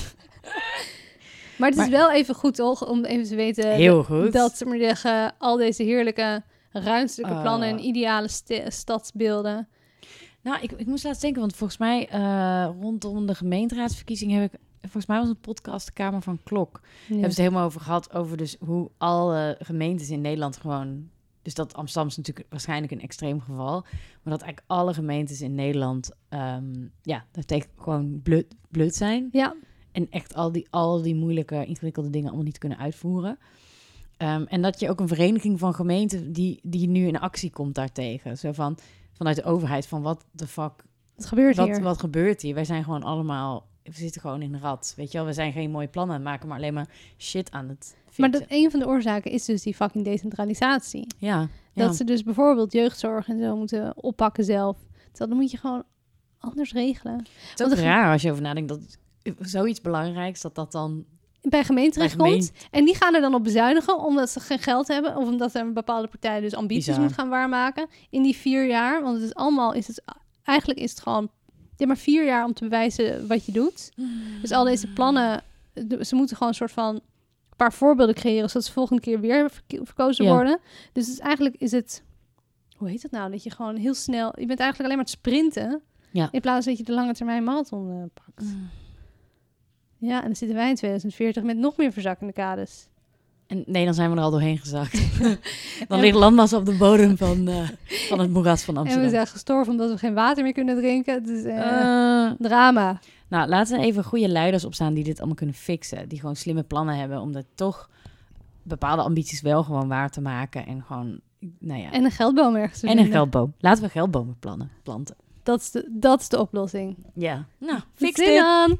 [SPEAKER 1] Maar het is maar, wel even goed, toch, om even te weten...
[SPEAKER 2] Heel goed.
[SPEAKER 1] Dat, maar zeggen, al deze heerlijke, ruimtelijke plannen... Uh. en ideale st- stadsbeelden...
[SPEAKER 2] Nou, ik, ik moest laatst denken, want volgens mij... Uh, rondom de gemeenteraadsverkiezing heb ik... Volgens mij was een podcast de Kamer van Klok. Ja. Hebben ze het helemaal over gehad... over dus hoe alle gemeentes in Nederland gewoon... Dus dat Amsterdam is natuurlijk waarschijnlijk een extreem geval... maar dat eigenlijk alle gemeentes in Nederland... Um, ja, dat tegen gewoon blut, blut zijn...
[SPEAKER 1] Ja.
[SPEAKER 2] En echt al die, al die moeilijke, ingewikkelde dingen allemaal niet kunnen uitvoeren. Um, en dat je ook een vereniging van gemeenten die, die nu in actie komt daartegen. Zo van, vanuit de overheid van wat de fuck...
[SPEAKER 1] Wat gebeurt
[SPEAKER 2] wat,
[SPEAKER 1] hier?
[SPEAKER 2] Wat gebeurt hier? Wij zijn gewoon allemaal... We zitten gewoon in een rat. Weet je wel, we zijn geen mooie plannen aan het maken, maar alleen maar shit aan het fixen.
[SPEAKER 1] Maar dat een van de oorzaken is dus die fucking decentralisatie.
[SPEAKER 2] Ja.
[SPEAKER 1] Dat
[SPEAKER 2] ja.
[SPEAKER 1] ze dus bijvoorbeeld jeugdzorg en zo moeten oppakken zelf. Terwijl dan moet je gewoon anders regelen.
[SPEAKER 2] Het is ook raar als je over nadenkt dat... Zoiets belangrijks, dat dat dan...
[SPEAKER 1] Bij gemeente terechtkomt. En die gaan er dan op bezuinigen, omdat ze geen geld hebben. Of omdat er een bepaalde partij dus ambities Bizar. moet gaan waarmaken. In die vier jaar. Want het is allemaal... Is het, eigenlijk is het gewoon... Je hebt maar vier jaar om te bewijzen wat je doet. Mm. Dus al deze plannen... Ze moeten gewoon een soort van... Een paar voorbeelden creëren, zodat ze volgende keer weer verkozen ja. worden. Dus het, eigenlijk is het... Hoe heet het nou? Dat je gewoon heel snel... Je bent eigenlijk alleen maar het sprinten. Ja. In plaats dat je de lange termijn marathon uh, pakt. Mm. Ja, en dan zitten wij in twintig veertig met nog meer verzakkende kades.
[SPEAKER 2] En nee, dan zijn we er al doorheen gezakt. Dan ligt landmassa op de bodem van, uh, van het moeras van Amsterdam.
[SPEAKER 1] En we zijn gestorven omdat we geen water meer kunnen drinken. Dus uh, uh, drama.
[SPEAKER 2] Nou, laten er even goede leiders opstaan die dit allemaal kunnen fixen. Die gewoon slimme plannen hebben om dat toch bepaalde ambities wel gewoon waar te maken. En gewoon, nou ja.
[SPEAKER 1] En een geldboom ergens te
[SPEAKER 2] En een
[SPEAKER 1] vinden.
[SPEAKER 2] geldboom. Laten we geldbomen plannen, planten.
[SPEAKER 1] Dat is de, dat is de oplossing.
[SPEAKER 2] Ja. Nou, fix
[SPEAKER 1] Zin
[SPEAKER 2] dit.
[SPEAKER 1] aan.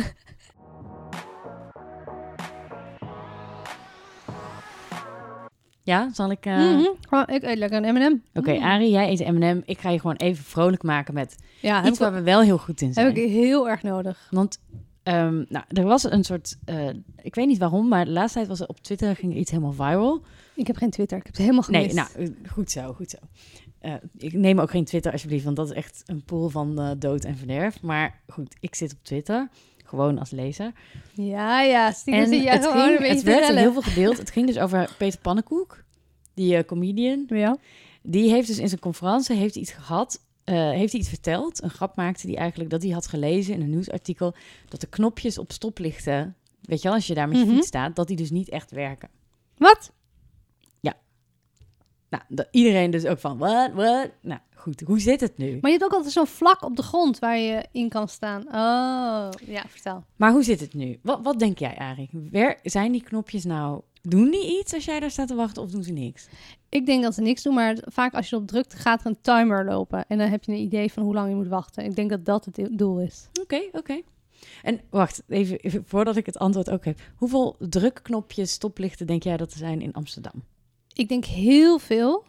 [SPEAKER 2] Ja, zal ik... Uh...
[SPEAKER 1] Mm-hmm. Oh, ik eet lekker een M en M.
[SPEAKER 2] Oké, okay,
[SPEAKER 1] Mm.
[SPEAKER 2] Arie, jij eet M en M. Ik ga je gewoon even vrolijk maken met
[SPEAKER 1] Ja,
[SPEAKER 2] iets waar we wel heel goed in zijn.
[SPEAKER 1] heb ik heel erg nodig.
[SPEAKER 2] Want um, nou, er was een soort... Uh, ik weet niet waarom, maar de laatste tijd was er op Twitter ging er iets helemaal viral.
[SPEAKER 1] Ik heb geen Twitter. Ik heb het helemaal gemist.
[SPEAKER 2] Nee, nou, goed zo, goed zo. Uh, ik neem ook geen Twitter alsjeblieft, want dat is echt een pool van uh, dood en verderf. Maar goed, ik zit op Twitter, gewoon als lezer.
[SPEAKER 1] Ja, ja, stiekem
[SPEAKER 2] en
[SPEAKER 1] zit jij
[SPEAKER 2] het,
[SPEAKER 1] gewoon
[SPEAKER 2] ging,
[SPEAKER 1] een beetje
[SPEAKER 2] het werd
[SPEAKER 1] te
[SPEAKER 2] heel veel gedeeld. Het ging dus over Peter Pannenkoek, die uh, comedian.
[SPEAKER 1] Ja.
[SPEAKER 2] Die heeft dus in zijn conferentie heeft iets gehad, uh, heeft hij iets verteld. Een grap maakte die eigenlijk dat hij had gelezen in een nieuwsartikel dat de knopjes op stoplichten, weet je wel, als je daar met je
[SPEAKER 1] Mm-hmm.
[SPEAKER 2] fiets staat, dat die dus niet echt werken.
[SPEAKER 1] Wat?
[SPEAKER 2] Nou, de, iedereen dus ook van, wat, wat? Nou, goed, hoe zit het nu?
[SPEAKER 1] Maar je hebt ook altijd zo'n vlak op de grond waar je in kan staan. Oh, ja, vertel.
[SPEAKER 2] Maar hoe zit het nu? Wat, wat denk jij, Arie? Wer, zijn die knopjes nou, doen die iets als jij daar staat te wachten of doen ze niks?
[SPEAKER 1] Ik denk dat ze niks doen, maar vaak als je erop drukt gaat er een timer lopen. En dan heb je een idee van hoe lang je moet wachten. Ik denk dat dat het doel is.
[SPEAKER 2] Oké, okay, oké. Okay. En wacht, even, even voordat ik het antwoord ook heb. Hoeveel drukknopjes, stoplichten denk jij dat er zijn in Amsterdam?
[SPEAKER 1] Ik denk heel veel.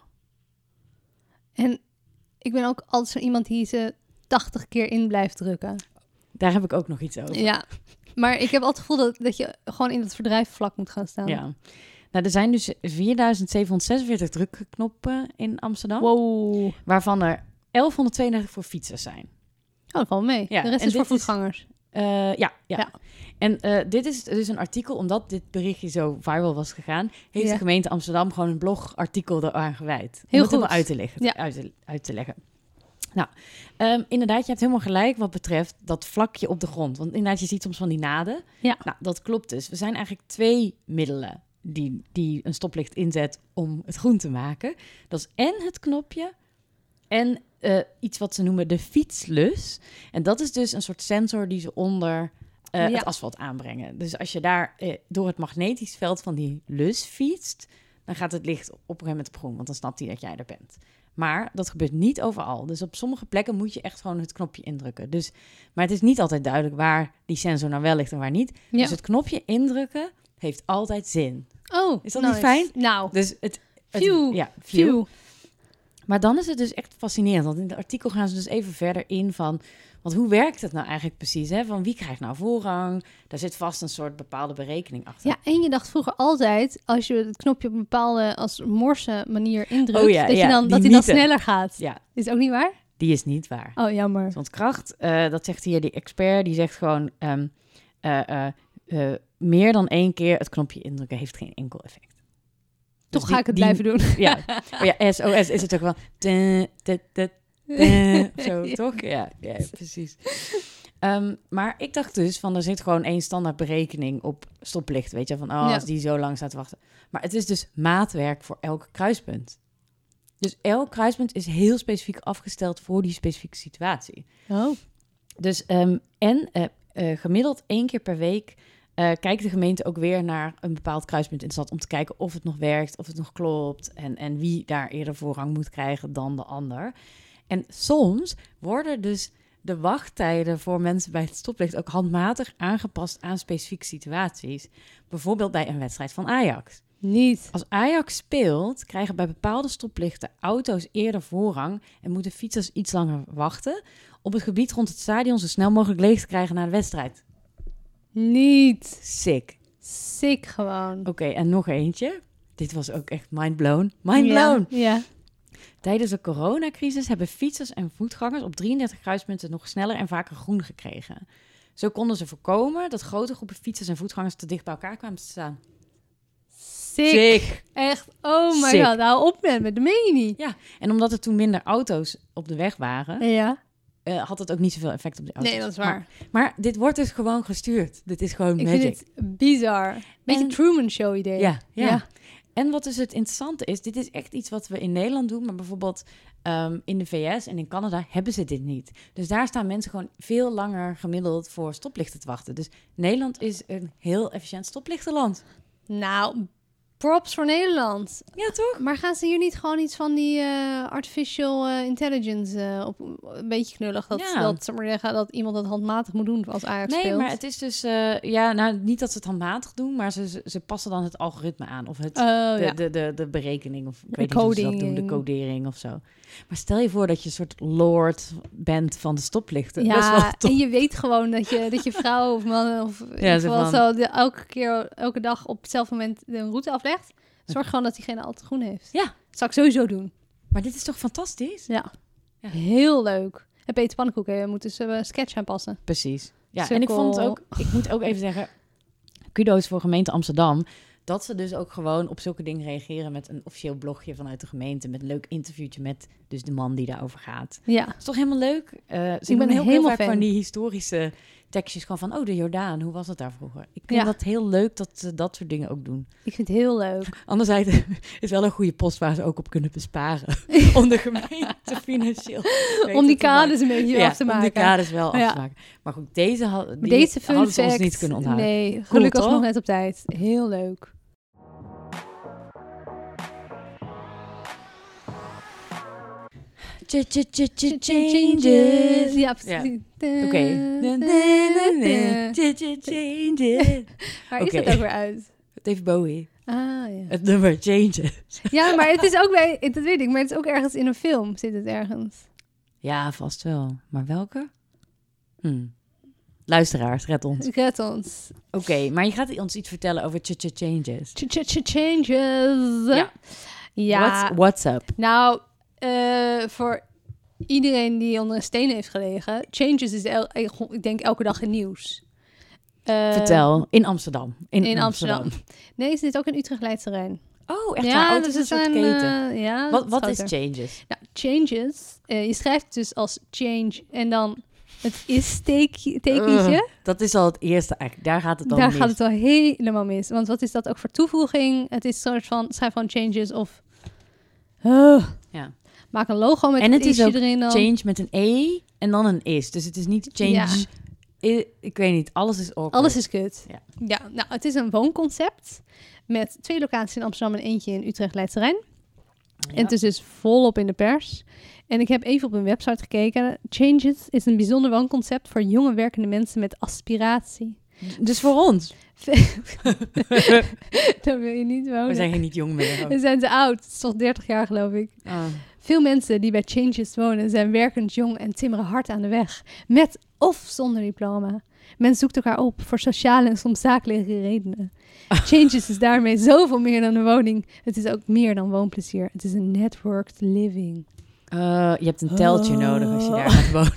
[SPEAKER 1] En ik ben ook altijd zo iemand die ze tachtig keer in blijft drukken.
[SPEAKER 2] Daar heb ik ook nog iets over.
[SPEAKER 1] Ja, maar ik heb altijd het gevoel dat, dat je gewoon in het verdrijfvlak moet gaan staan.
[SPEAKER 2] Ja. Nou, er zijn dus vierduizend zevenhonderdzesenveertig drukknoppen in Amsterdam.
[SPEAKER 1] Wow.
[SPEAKER 2] Waarvan er elfhonderdtweeëndertig voor fietsers zijn.
[SPEAKER 1] Oh, dat valt mee.
[SPEAKER 2] Ja,
[SPEAKER 1] de rest
[SPEAKER 2] en
[SPEAKER 1] is voor
[SPEAKER 2] dit is-
[SPEAKER 1] voetgangers.
[SPEAKER 2] Uh, ja, ja,
[SPEAKER 1] Ja.
[SPEAKER 2] En uh, dit is dus een artikel, omdat dit berichtje zo viral was gegaan, heeft
[SPEAKER 1] Ja.
[SPEAKER 2] de gemeente Amsterdam gewoon een blogartikel eraan gewijd.
[SPEAKER 1] Heel
[SPEAKER 2] om het
[SPEAKER 1] goed.
[SPEAKER 2] even uit te leggen.
[SPEAKER 1] Ja.
[SPEAKER 2] Uit, te, uit te leggen. Nou, um, inderdaad, je hebt helemaal gelijk wat betreft dat vlakje op de grond. Want inderdaad, je ziet soms van die naden.
[SPEAKER 1] Ja.
[SPEAKER 2] Nou, dat klopt dus. We zijn eigenlijk twee middelen die, die een stoplicht inzet om het groen te maken. Dat is en het knopje en uh, iets wat ze noemen de fietslus. En dat is dus een soort sensor die ze onder uh,
[SPEAKER 1] Ja.
[SPEAKER 2] het asfalt aanbrengen. Dus als je daar uh, door het magnetisch veld van die lus fietst, dan gaat het licht op een gegeven moment op groen, want dan snapt hij dat jij er bent. Maar dat gebeurt niet overal. Dus op sommige plekken moet je echt gewoon het knopje indrukken. Dus, maar het is niet altijd duidelijk waar die sensor nou wel ligt en waar niet.
[SPEAKER 1] Ja.
[SPEAKER 2] Dus het knopje indrukken heeft altijd zin.
[SPEAKER 1] Oh,
[SPEAKER 2] Is dat
[SPEAKER 1] nice.
[SPEAKER 2] niet fijn?
[SPEAKER 1] Nou,
[SPEAKER 2] Dus het... het
[SPEAKER 1] Phew.
[SPEAKER 2] ja, phew.
[SPEAKER 1] phew.
[SPEAKER 2] Maar dan is het dus echt fascinerend. Want in het artikel gaan ze dus even verder in van... Want hoe werkt het nou eigenlijk precies? Hè? Van wie krijgt nou voorrang? Daar zit vast een soort bepaalde berekening achter.
[SPEAKER 1] Ja, en je dacht vroeger altijd, als je het knopje op een bepaalde als morse manier indrukt,
[SPEAKER 2] Oh ja,
[SPEAKER 1] dat,
[SPEAKER 2] ja,
[SPEAKER 1] je dan,
[SPEAKER 2] die
[SPEAKER 1] dat hij dan
[SPEAKER 2] mythe.
[SPEAKER 1] sneller gaat.
[SPEAKER 2] Ja,
[SPEAKER 1] Is ook niet waar?
[SPEAKER 2] die is niet waar.
[SPEAKER 1] Oh, jammer.
[SPEAKER 2] Want kracht, uh, dat zegt hier die expert, die zegt gewoon... Um, uh, uh, uh, meer dan één keer het knopje indrukken heeft geen enkel effect.
[SPEAKER 1] Toch
[SPEAKER 2] Dus
[SPEAKER 1] ga
[SPEAKER 2] die-
[SPEAKER 1] ik het
[SPEAKER 2] die-
[SPEAKER 1] blijven doen.
[SPEAKER 2] Ja, oh ja, S O S is het ook wel... Te, te, te, te, zo,
[SPEAKER 1] Ja.
[SPEAKER 2] toch? Ja, ja precies. Um, maar ik dacht dus van, er zit gewoon één standaard berekening op stoplicht. Weet je, van oh,
[SPEAKER 1] Ja.
[SPEAKER 2] als die zo lang staat te wachten. Maar het is dus maatwerk voor elk kruispunt. Dus elk kruispunt is heel specifiek afgesteld voor die specifieke situatie.
[SPEAKER 1] Oh,
[SPEAKER 2] Dus um, en uh, uh, gemiddeld één keer per week uh, kijkt de gemeente ook weer naar een bepaald kruispunt in de stad om te kijken of het nog werkt, of het nog klopt en, en wie daar eerder voorrang moet krijgen dan de ander. En soms worden dus de wachttijden voor mensen bij het stoplicht ook handmatig aangepast aan specifieke situaties. Bijvoorbeeld bij een wedstrijd van Ajax.
[SPEAKER 1] niet.
[SPEAKER 2] Als Ajax speelt, krijgen bij bepaalde stoplichten auto's eerder voorrang en moeten fietsers iets langer wachten om het gebied rond het stadion zo snel mogelijk leeg te krijgen na de wedstrijd.
[SPEAKER 1] Niet.
[SPEAKER 2] Sick.
[SPEAKER 1] Sick gewoon.
[SPEAKER 2] Oké, okay, en nog eentje. Dit was ook echt mind blown. Mind blown.
[SPEAKER 1] Ja, ja.
[SPEAKER 2] Tijdens de coronacrisis hebben fietsers en voetgangers op drieëndertig kruispunten nog sneller en vaker groen gekregen. Zo konden ze voorkomen dat grote groepen fietsers en voetgangers te dicht bij elkaar kwamen te staan.
[SPEAKER 1] Sick.
[SPEAKER 2] Sick.
[SPEAKER 1] Echt, oh my
[SPEAKER 2] Sick.
[SPEAKER 1] god, hou op met me, dat meen je niet.
[SPEAKER 2] Ja, en omdat er toen minder auto's op de weg waren,
[SPEAKER 1] Ja,
[SPEAKER 2] uh, had het ook niet zoveel effect op de auto's.
[SPEAKER 1] nee, dat is waar.
[SPEAKER 2] Maar, maar dit wordt dus gewoon gestuurd. Dit is gewoon
[SPEAKER 1] Ik
[SPEAKER 2] magic.
[SPEAKER 1] vind het bizar. Beetje
[SPEAKER 2] En-
[SPEAKER 1] Truman Show idee.
[SPEAKER 2] Ja, ja.
[SPEAKER 1] Ja.
[SPEAKER 2] En wat dus het interessante is, dit is echt iets wat we in Nederland doen, maar bijvoorbeeld um, in de V S en in Canada hebben ze dit niet. Dus daar staan mensen gewoon veel langer gemiddeld voor stoplichten te wachten. Dus Nederland is een heel efficiënt stoplichtenland.
[SPEAKER 1] Nou, Props voor Nederland.
[SPEAKER 2] Ja, toch?
[SPEAKER 1] Maar gaan ze hier niet gewoon iets van die uh, artificial uh, intelligence uh, op een beetje knullig? Dat,
[SPEAKER 2] Ja.
[SPEAKER 1] dat, zeg maar zeggen, dat iemand dat handmatig moet doen als Ajax
[SPEAKER 2] Nee,
[SPEAKER 1] speelt.
[SPEAKER 2] maar het is dus... Uh, ja, nou, niet dat ze het handmatig doen, maar ze, ze, ze passen dan het algoritme aan. Of het,
[SPEAKER 1] uh,
[SPEAKER 2] de,
[SPEAKER 1] ja.
[SPEAKER 2] de, de, de berekening, of ik
[SPEAKER 1] De
[SPEAKER 2] weet niet hoe ze dat
[SPEAKER 1] coding.
[SPEAKER 2] doen, de codering of zo. Maar stel je voor dat je een soort lord bent van de stoplichten. Dat is wel
[SPEAKER 1] Ja,
[SPEAKER 2] tof.
[SPEAKER 1] en je weet gewoon dat je, dat je vrouw of man of
[SPEAKER 2] Ja,
[SPEAKER 1] zo,
[SPEAKER 2] zo van-
[SPEAKER 1] zo de, elke keer, elke dag op hetzelfde moment de route aflegt. Zorg gewoon dat diegene altijd groen heeft.
[SPEAKER 2] Ja.
[SPEAKER 1] Dat zou ik sowieso doen.
[SPEAKER 2] Maar dit is toch fantastisch?
[SPEAKER 1] Ja.
[SPEAKER 2] Ja.
[SPEAKER 1] Heel leuk. En Peter Pannenkoeken, we moeten ze een sketch aanpassen.
[SPEAKER 2] Precies. Ja,
[SPEAKER 1] Sukkel.
[SPEAKER 2] en ik vond het ook... Ik moet ook even zeggen... Kudo's voor gemeente Amsterdam... dat ze dus ook gewoon op zulke dingen reageren... met een officieel blogje vanuit de gemeente... met een leuk interviewtje met dus de man die daarover gaat.
[SPEAKER 1] Ja.
[SPEAKER 2] Dat is toch helemaal leuk? Uh, ze
[SPEAKER 1] Ik
[SPEAKER 2] doen
[SPEAKER 1] ben
[SPEAKER 2] heel, heel
[SPEAKER 1] helemaal
[SPEAKER 2] vaak
[SPEAKER 1] fan.
[SPEAKER 2] van die historische tekstjes... gewoon van, oh, de Jordaan, hoe was het daar vroeger? Ik vind
[SPEAKER 1] Ja.
[SPEAKER 2] dat heel leuk dat ze dat soort dingen ook doen.
[SPEAKER 1] Ik vind het heel leuk.
[SPEAKER 2] Anderzijds is het wel een goede post waar ze ook op kunnen besparen. Om de gemeente financieel...
[SPEAKER 1] Om die kaders een beetje
[SPEAKER 2] ja,
[SPEAKER 1] af te maken.
[SPEAKER 2] om die kaders wel af
[SPEAKER 1] Ja.
[SPEAKER 2] te maken. Maar goed, deze, had, die
[SPEAKER 1] Maar deze fun
[SPEAKER 2] hadden ze ons
[SPEAKER 1] fact,
[SPEAKER 2] niet kunnen onthouden.
[SPEAKER 1] nee, gelukkig
[SPEAKER 2] toch?
[SPEAKER 1] nog net op tijd. Heel leuk.
[SPEAKER 2] Changes.
[SPEAKER 1] Ja, precies.
[SPEAKER 2] Oké. Changes.
[SPEAKER 1] Waar is
[SPEAKER 2] Oké.
[SPEAKER 1] het ook weer uit?
[SPEAKER 2] David Bowie.
[SPEAKER 1] Ah, ja.
[SPEAKER 2] Het nummer Changes.
[SPEAKER 1] Ja, maar het is ook bij, dat weet ik, maar het is ook ergens in een film, zit het ergens.
[SPEAKER 2] Ja, vast wel. Maar welke? Hm. Luisteraars, red ons.
[SPEAKER 1] Ik red ons.
[SPEAKER 2] Oké, maar je gaat ons iets vertellen over Changes.
[SPEAKER 1] Changes.
[SPEAKER 2] Ja.
[SPEAKER 1] Ja.
[SPEAKER 2] What's, what's up?
[SPEAKER 1] Nou, uh, voor iedereen die onder een steen heeft gelegen, Changes is, el, ik denk, elke dag in nieuws. Uh,
[SPEAKER 2] Vertel, in Amsterdam. In,
[SPEAKER 1] in
[SPEAKER 2] Amsterdam.
[SPEAKER 1] Amsterdam. Nee, ze zit ook in Utrecht Leidse Rijn.
[SPEAKER 2] Oh, echt
[SPEAKER 1] ja,
[SPEAKER 2] waar? Oh, het
[SPEAKER 1] dus
[SPEAKER 2] is een
[SPEAKER 1] het
[SPEAKER 2] soort
[SPEAKER 1] zijn,
[SPEAKER 2] keten.
[SPEAKER 1] Uh, ja,
[SPEAKER 2] wat wat is
[SPEAKER 1] groter.
[SPEAKER 2] Changes?
[SPEAKER 1] Nou, Changes, uh, je schrijft het dus als change en dan het is-tekentje.
[SPEAKER 2] Uh, dat is al het eerste eigenlijk. Daar gaat het dan
[SPEAKER 1] Daar
[SPEAKER 2] mis.
[SPEAKER 1] gaat het al helemaal mis. Want wat is dat ook voor toevoeging? Het is een soort van, schrijf van Changes of... Uh,
[SPEAKER 2] Ja.
[SPEAKER 1] Maak een logo met
[SPEAKER 2] en het
[SPEAKER 1] een
[SPEAKER 2] is ook
[SPEAKER 1] erin dan.
[SPEAKER 2] change met een E en dan een is. Dus het is niet change...
[SPEAKER 1] Ja.
[SPEAKER 2] I, ik weet niet, alles is awkward.
[SPEAKER 1] Alles is kut.
[SPEAKER 2] Ja.
[SPEAKER 1] Ja, nou, het is een woonconcept met twee locaties in Amsterdam en eentje in Utrecht Leidse Rijn.
[SPEAKER 2] Ja.
[SPEAKER 1] En het is dus volop in de pers. En ik heb even op hun website gekeken. Changes is een bijzonder woonconcept voor jonge werkende mensen met aspiratie.
[SPEAKER 2] Dus voor ons.
[SPEAKER 1] Dan wil je niet wonen.
[SPEAKER 2] We zijn geen niet jong meer.
[SPEAKER 1] We zijn te oud. Het is toch dertig jaar, geloof ik.
[SPEAKER 2] Oh.
[SPEAKER 1] Veel mensen die bij Changes wonen zijn werkend jong en timmeren hard aan de weg. Met of zonder diploma. Men zoekt elkaar op voor sociale en soms zakelijke redenen. Changes is daarmee zoveel meer dan een woning. Het is ook meer dan woonplezier. Het is een networked living.
[SPEAKER 2] Uh, je hebt een teltje oh. nodig als je daar gaat wonen.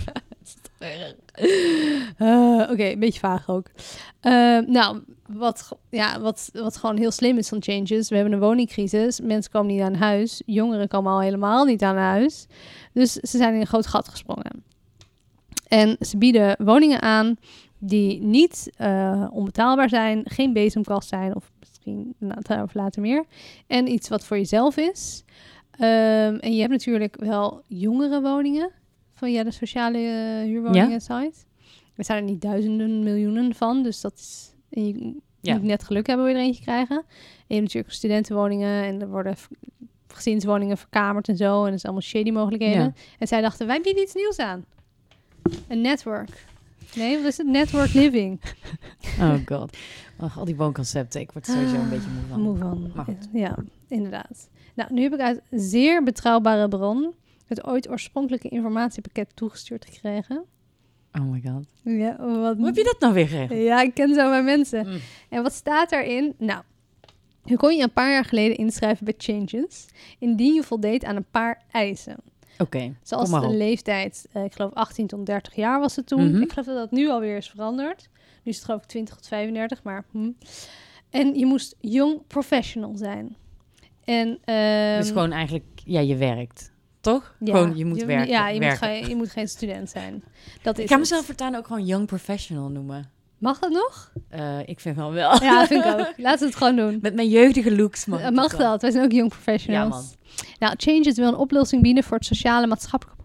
[SPEAKER 1] Uh, Oké, okay, een beetje vaag ook. Uh, nou, wat, ja, wat, wat gewoon heel slim is van Changes. We hebben een woningcrisis. Mensen komen niet aan huis. Jongeren komen al helemaal niet aan huis. Dus ze zijn in een groot gat gesprongen. En ze bieden woningen aan die niet uh, onbetaalbaar zijn. Geen bezemkast zijn. Of misschien nou, of later meer. En iets wat voor jezelf is. Um, en je hebt natuurlijk wel jongere woningen. Van ja, de sociale uh, huurwoningen ja. site. Er zijn er niet duizenden, miljoenen van. Dus dat is... Je ja. moet net geluk hebben om je er eentje krijgen. En je hebt natuurlijk studentenwoningen. En er worden gezinswoningen verkamerd en zo. En dat is allemaal shady mogelijkheden. Ja. En zij dachten, wij bieden iets nieuws aan. Een network. Nee, wat is het? Network living.
[SPEAKER 2] Oh god. Ach, al die woonconcepten. Ik word er sowieso een beetje moe van.
[SPEAKER 1] Moe van.
[SPEAKER 2] Maar goed.
[SPEAKER 1] Ja, inderdaad. Nou, nu heb ik uit zeer betrouwbare bron het ooit oorspronkelijke informatiepakket toegestuurd gekregen.
[SPEAKER 2] Oh my god.
[SPEAKER 1] Ja, wat...
[SPEAKER 2] Hoe heb je dat nou weer geregeld?
[SPEAKER 1] Ja, ik ken zo mijn mensen.
[SPEAKER 2] Mm.
[SPEAKER 1] En wat staat daarin? Nou, je kon je een paar jaar geleden inschrijven bij Changes, indien je voldeed aan een paar eisen.
[SPEAKER 2] Oké, okay,
[SPEAKER 1] zoals de op. leeftijd, uh, ik geloof achttien tot dertig jaar was het toen. Mm-hmm. Ik geloof dat dat nu alweer is veranderd. Nu is het geloof ik twintig tot vijfendertig, maar... Hm. En je moest young professional zijn. En, um,
[SPEAKER 2] dus gewoon eigenlijk, ja, je werkt, toch?
[SPEAKER 1] Ja,
[SPEAKER 2] gewoon, je moet
[SPEAKER 1] je,
[SPEAKER 2] werken.
[SPEAKER 1] Ja, je,
[SPEAKER 2] werken.
[SPEAKER 1] Moet geen, je moet geen student zijn. Dat is
[SPEAKER 2] ik ga
[SPEAKER 1] het.
[SPEAKER 2] mezelf voortaan ook gewoon young professional noemen.
[SPEAKER 1] Mag dat nog?
[SPEAKER 2] Uh, ik vind wel wel.
[SPEAKER 1] Ja, vind ik ook. Laten we het gewoon doen.
[SPEAKER 2] Met mijn jeugdige looks mag,
[SPEAKER 1] uh, mag dat. Wij zijn ook young professionals.
[SPEAKER 2] Ja, man.
[SPEAKER 1] Nou, Changes wil een oplossing bieden voor het sociale maatschappelijke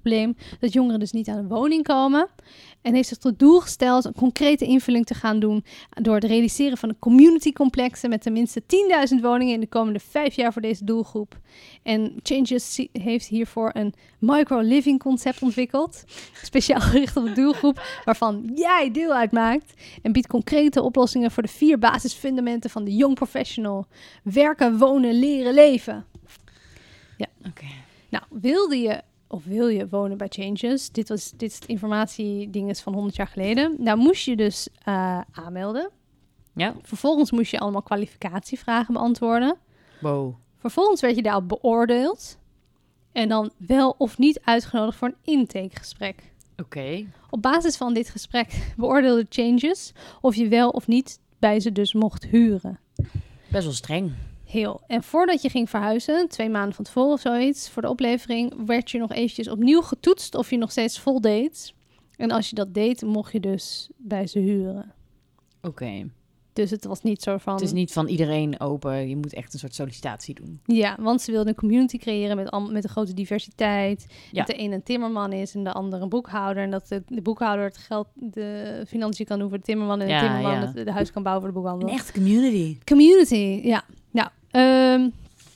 [SPEAKER 1] probleem dat jongeren dus niet aan een woning komen. En heeft zich tot doel gesteld een concrete invulling te gaan doen door het realiseren van een community-complexen met tenminste tienduizend woningen in de komende vijf jaar voor deze doelgroep. En Changes heeft hiervoor een micro-living concept ontwikkeld, speciaal gericht op de doelgroep waarvan jij deel uitmaakt en biedt concrete oplossingen voor de vier basisfundamenten van de young professional. Werken, wonen, leren, leven. Ja.
[SPEAKER 2] Oké. Okay.
[SPEAKER 1] Nou, wilde je of wil je wonen bij Changes? Dit was dit is het informatiedinges van honderd jaar geleden. Nou moest je dus uh, aanmelden.
[SPEAKER 2] Ja.
[SPEAKER 1] Vervolgens moest je allemaal kwalificatievragen beantwoorden.
[SPEAKER 2] Wow.
[SPEAKER 1] Vervolgens werd je daarop beoordeeld. En dan wel of niet uitgenodigd voor een intakegesprek.
[SPEAKER 2] Oké. Okay.
[SPEAKER 1] Op basis van dit gesprek beoordeelde Changes of je wel of niet bij ze dus mocht huren.
[SPEAKER 2] Best wel streng.
[SPEAKER 1] Heel. En voordat je ging verhuizen, twee maanden van tevoren of zoiets, voor de oplevering, werd je nog eventjes opnieuw getoetst of je nog steeds voldeed. En als je dat deed, mocht je dus bij ze huren.
[SPEAKER 2] Oké. Okay.
[SPEAKER 1] Dus het was niet zo van...
[SPEAKER 2] Het is niet van iedereen open, je moet echt een soort sollicitatie doen.
[SPEAKER 1] Ja, want ze wilden een community creëren met, al, met een grote diversiteit.
[SPEAKER 2] Ja.
[SPEAKER 1] Dat de ene een timmerman is en de andere een boekhouder. En dat de, de boekhouder het geld, de financiën kan doen voor de timmerman. En
[SPEAKER 2] ja,
[SPEAKER 1] de timmerman
[SPEAKER 2] ja.
[SPEAKER 1] het de, de huis kan bouwen voor de boekhandel.
[SPEAKER 2] Een echte community.
[SPEAKER 1] Community, ja. Nou, um,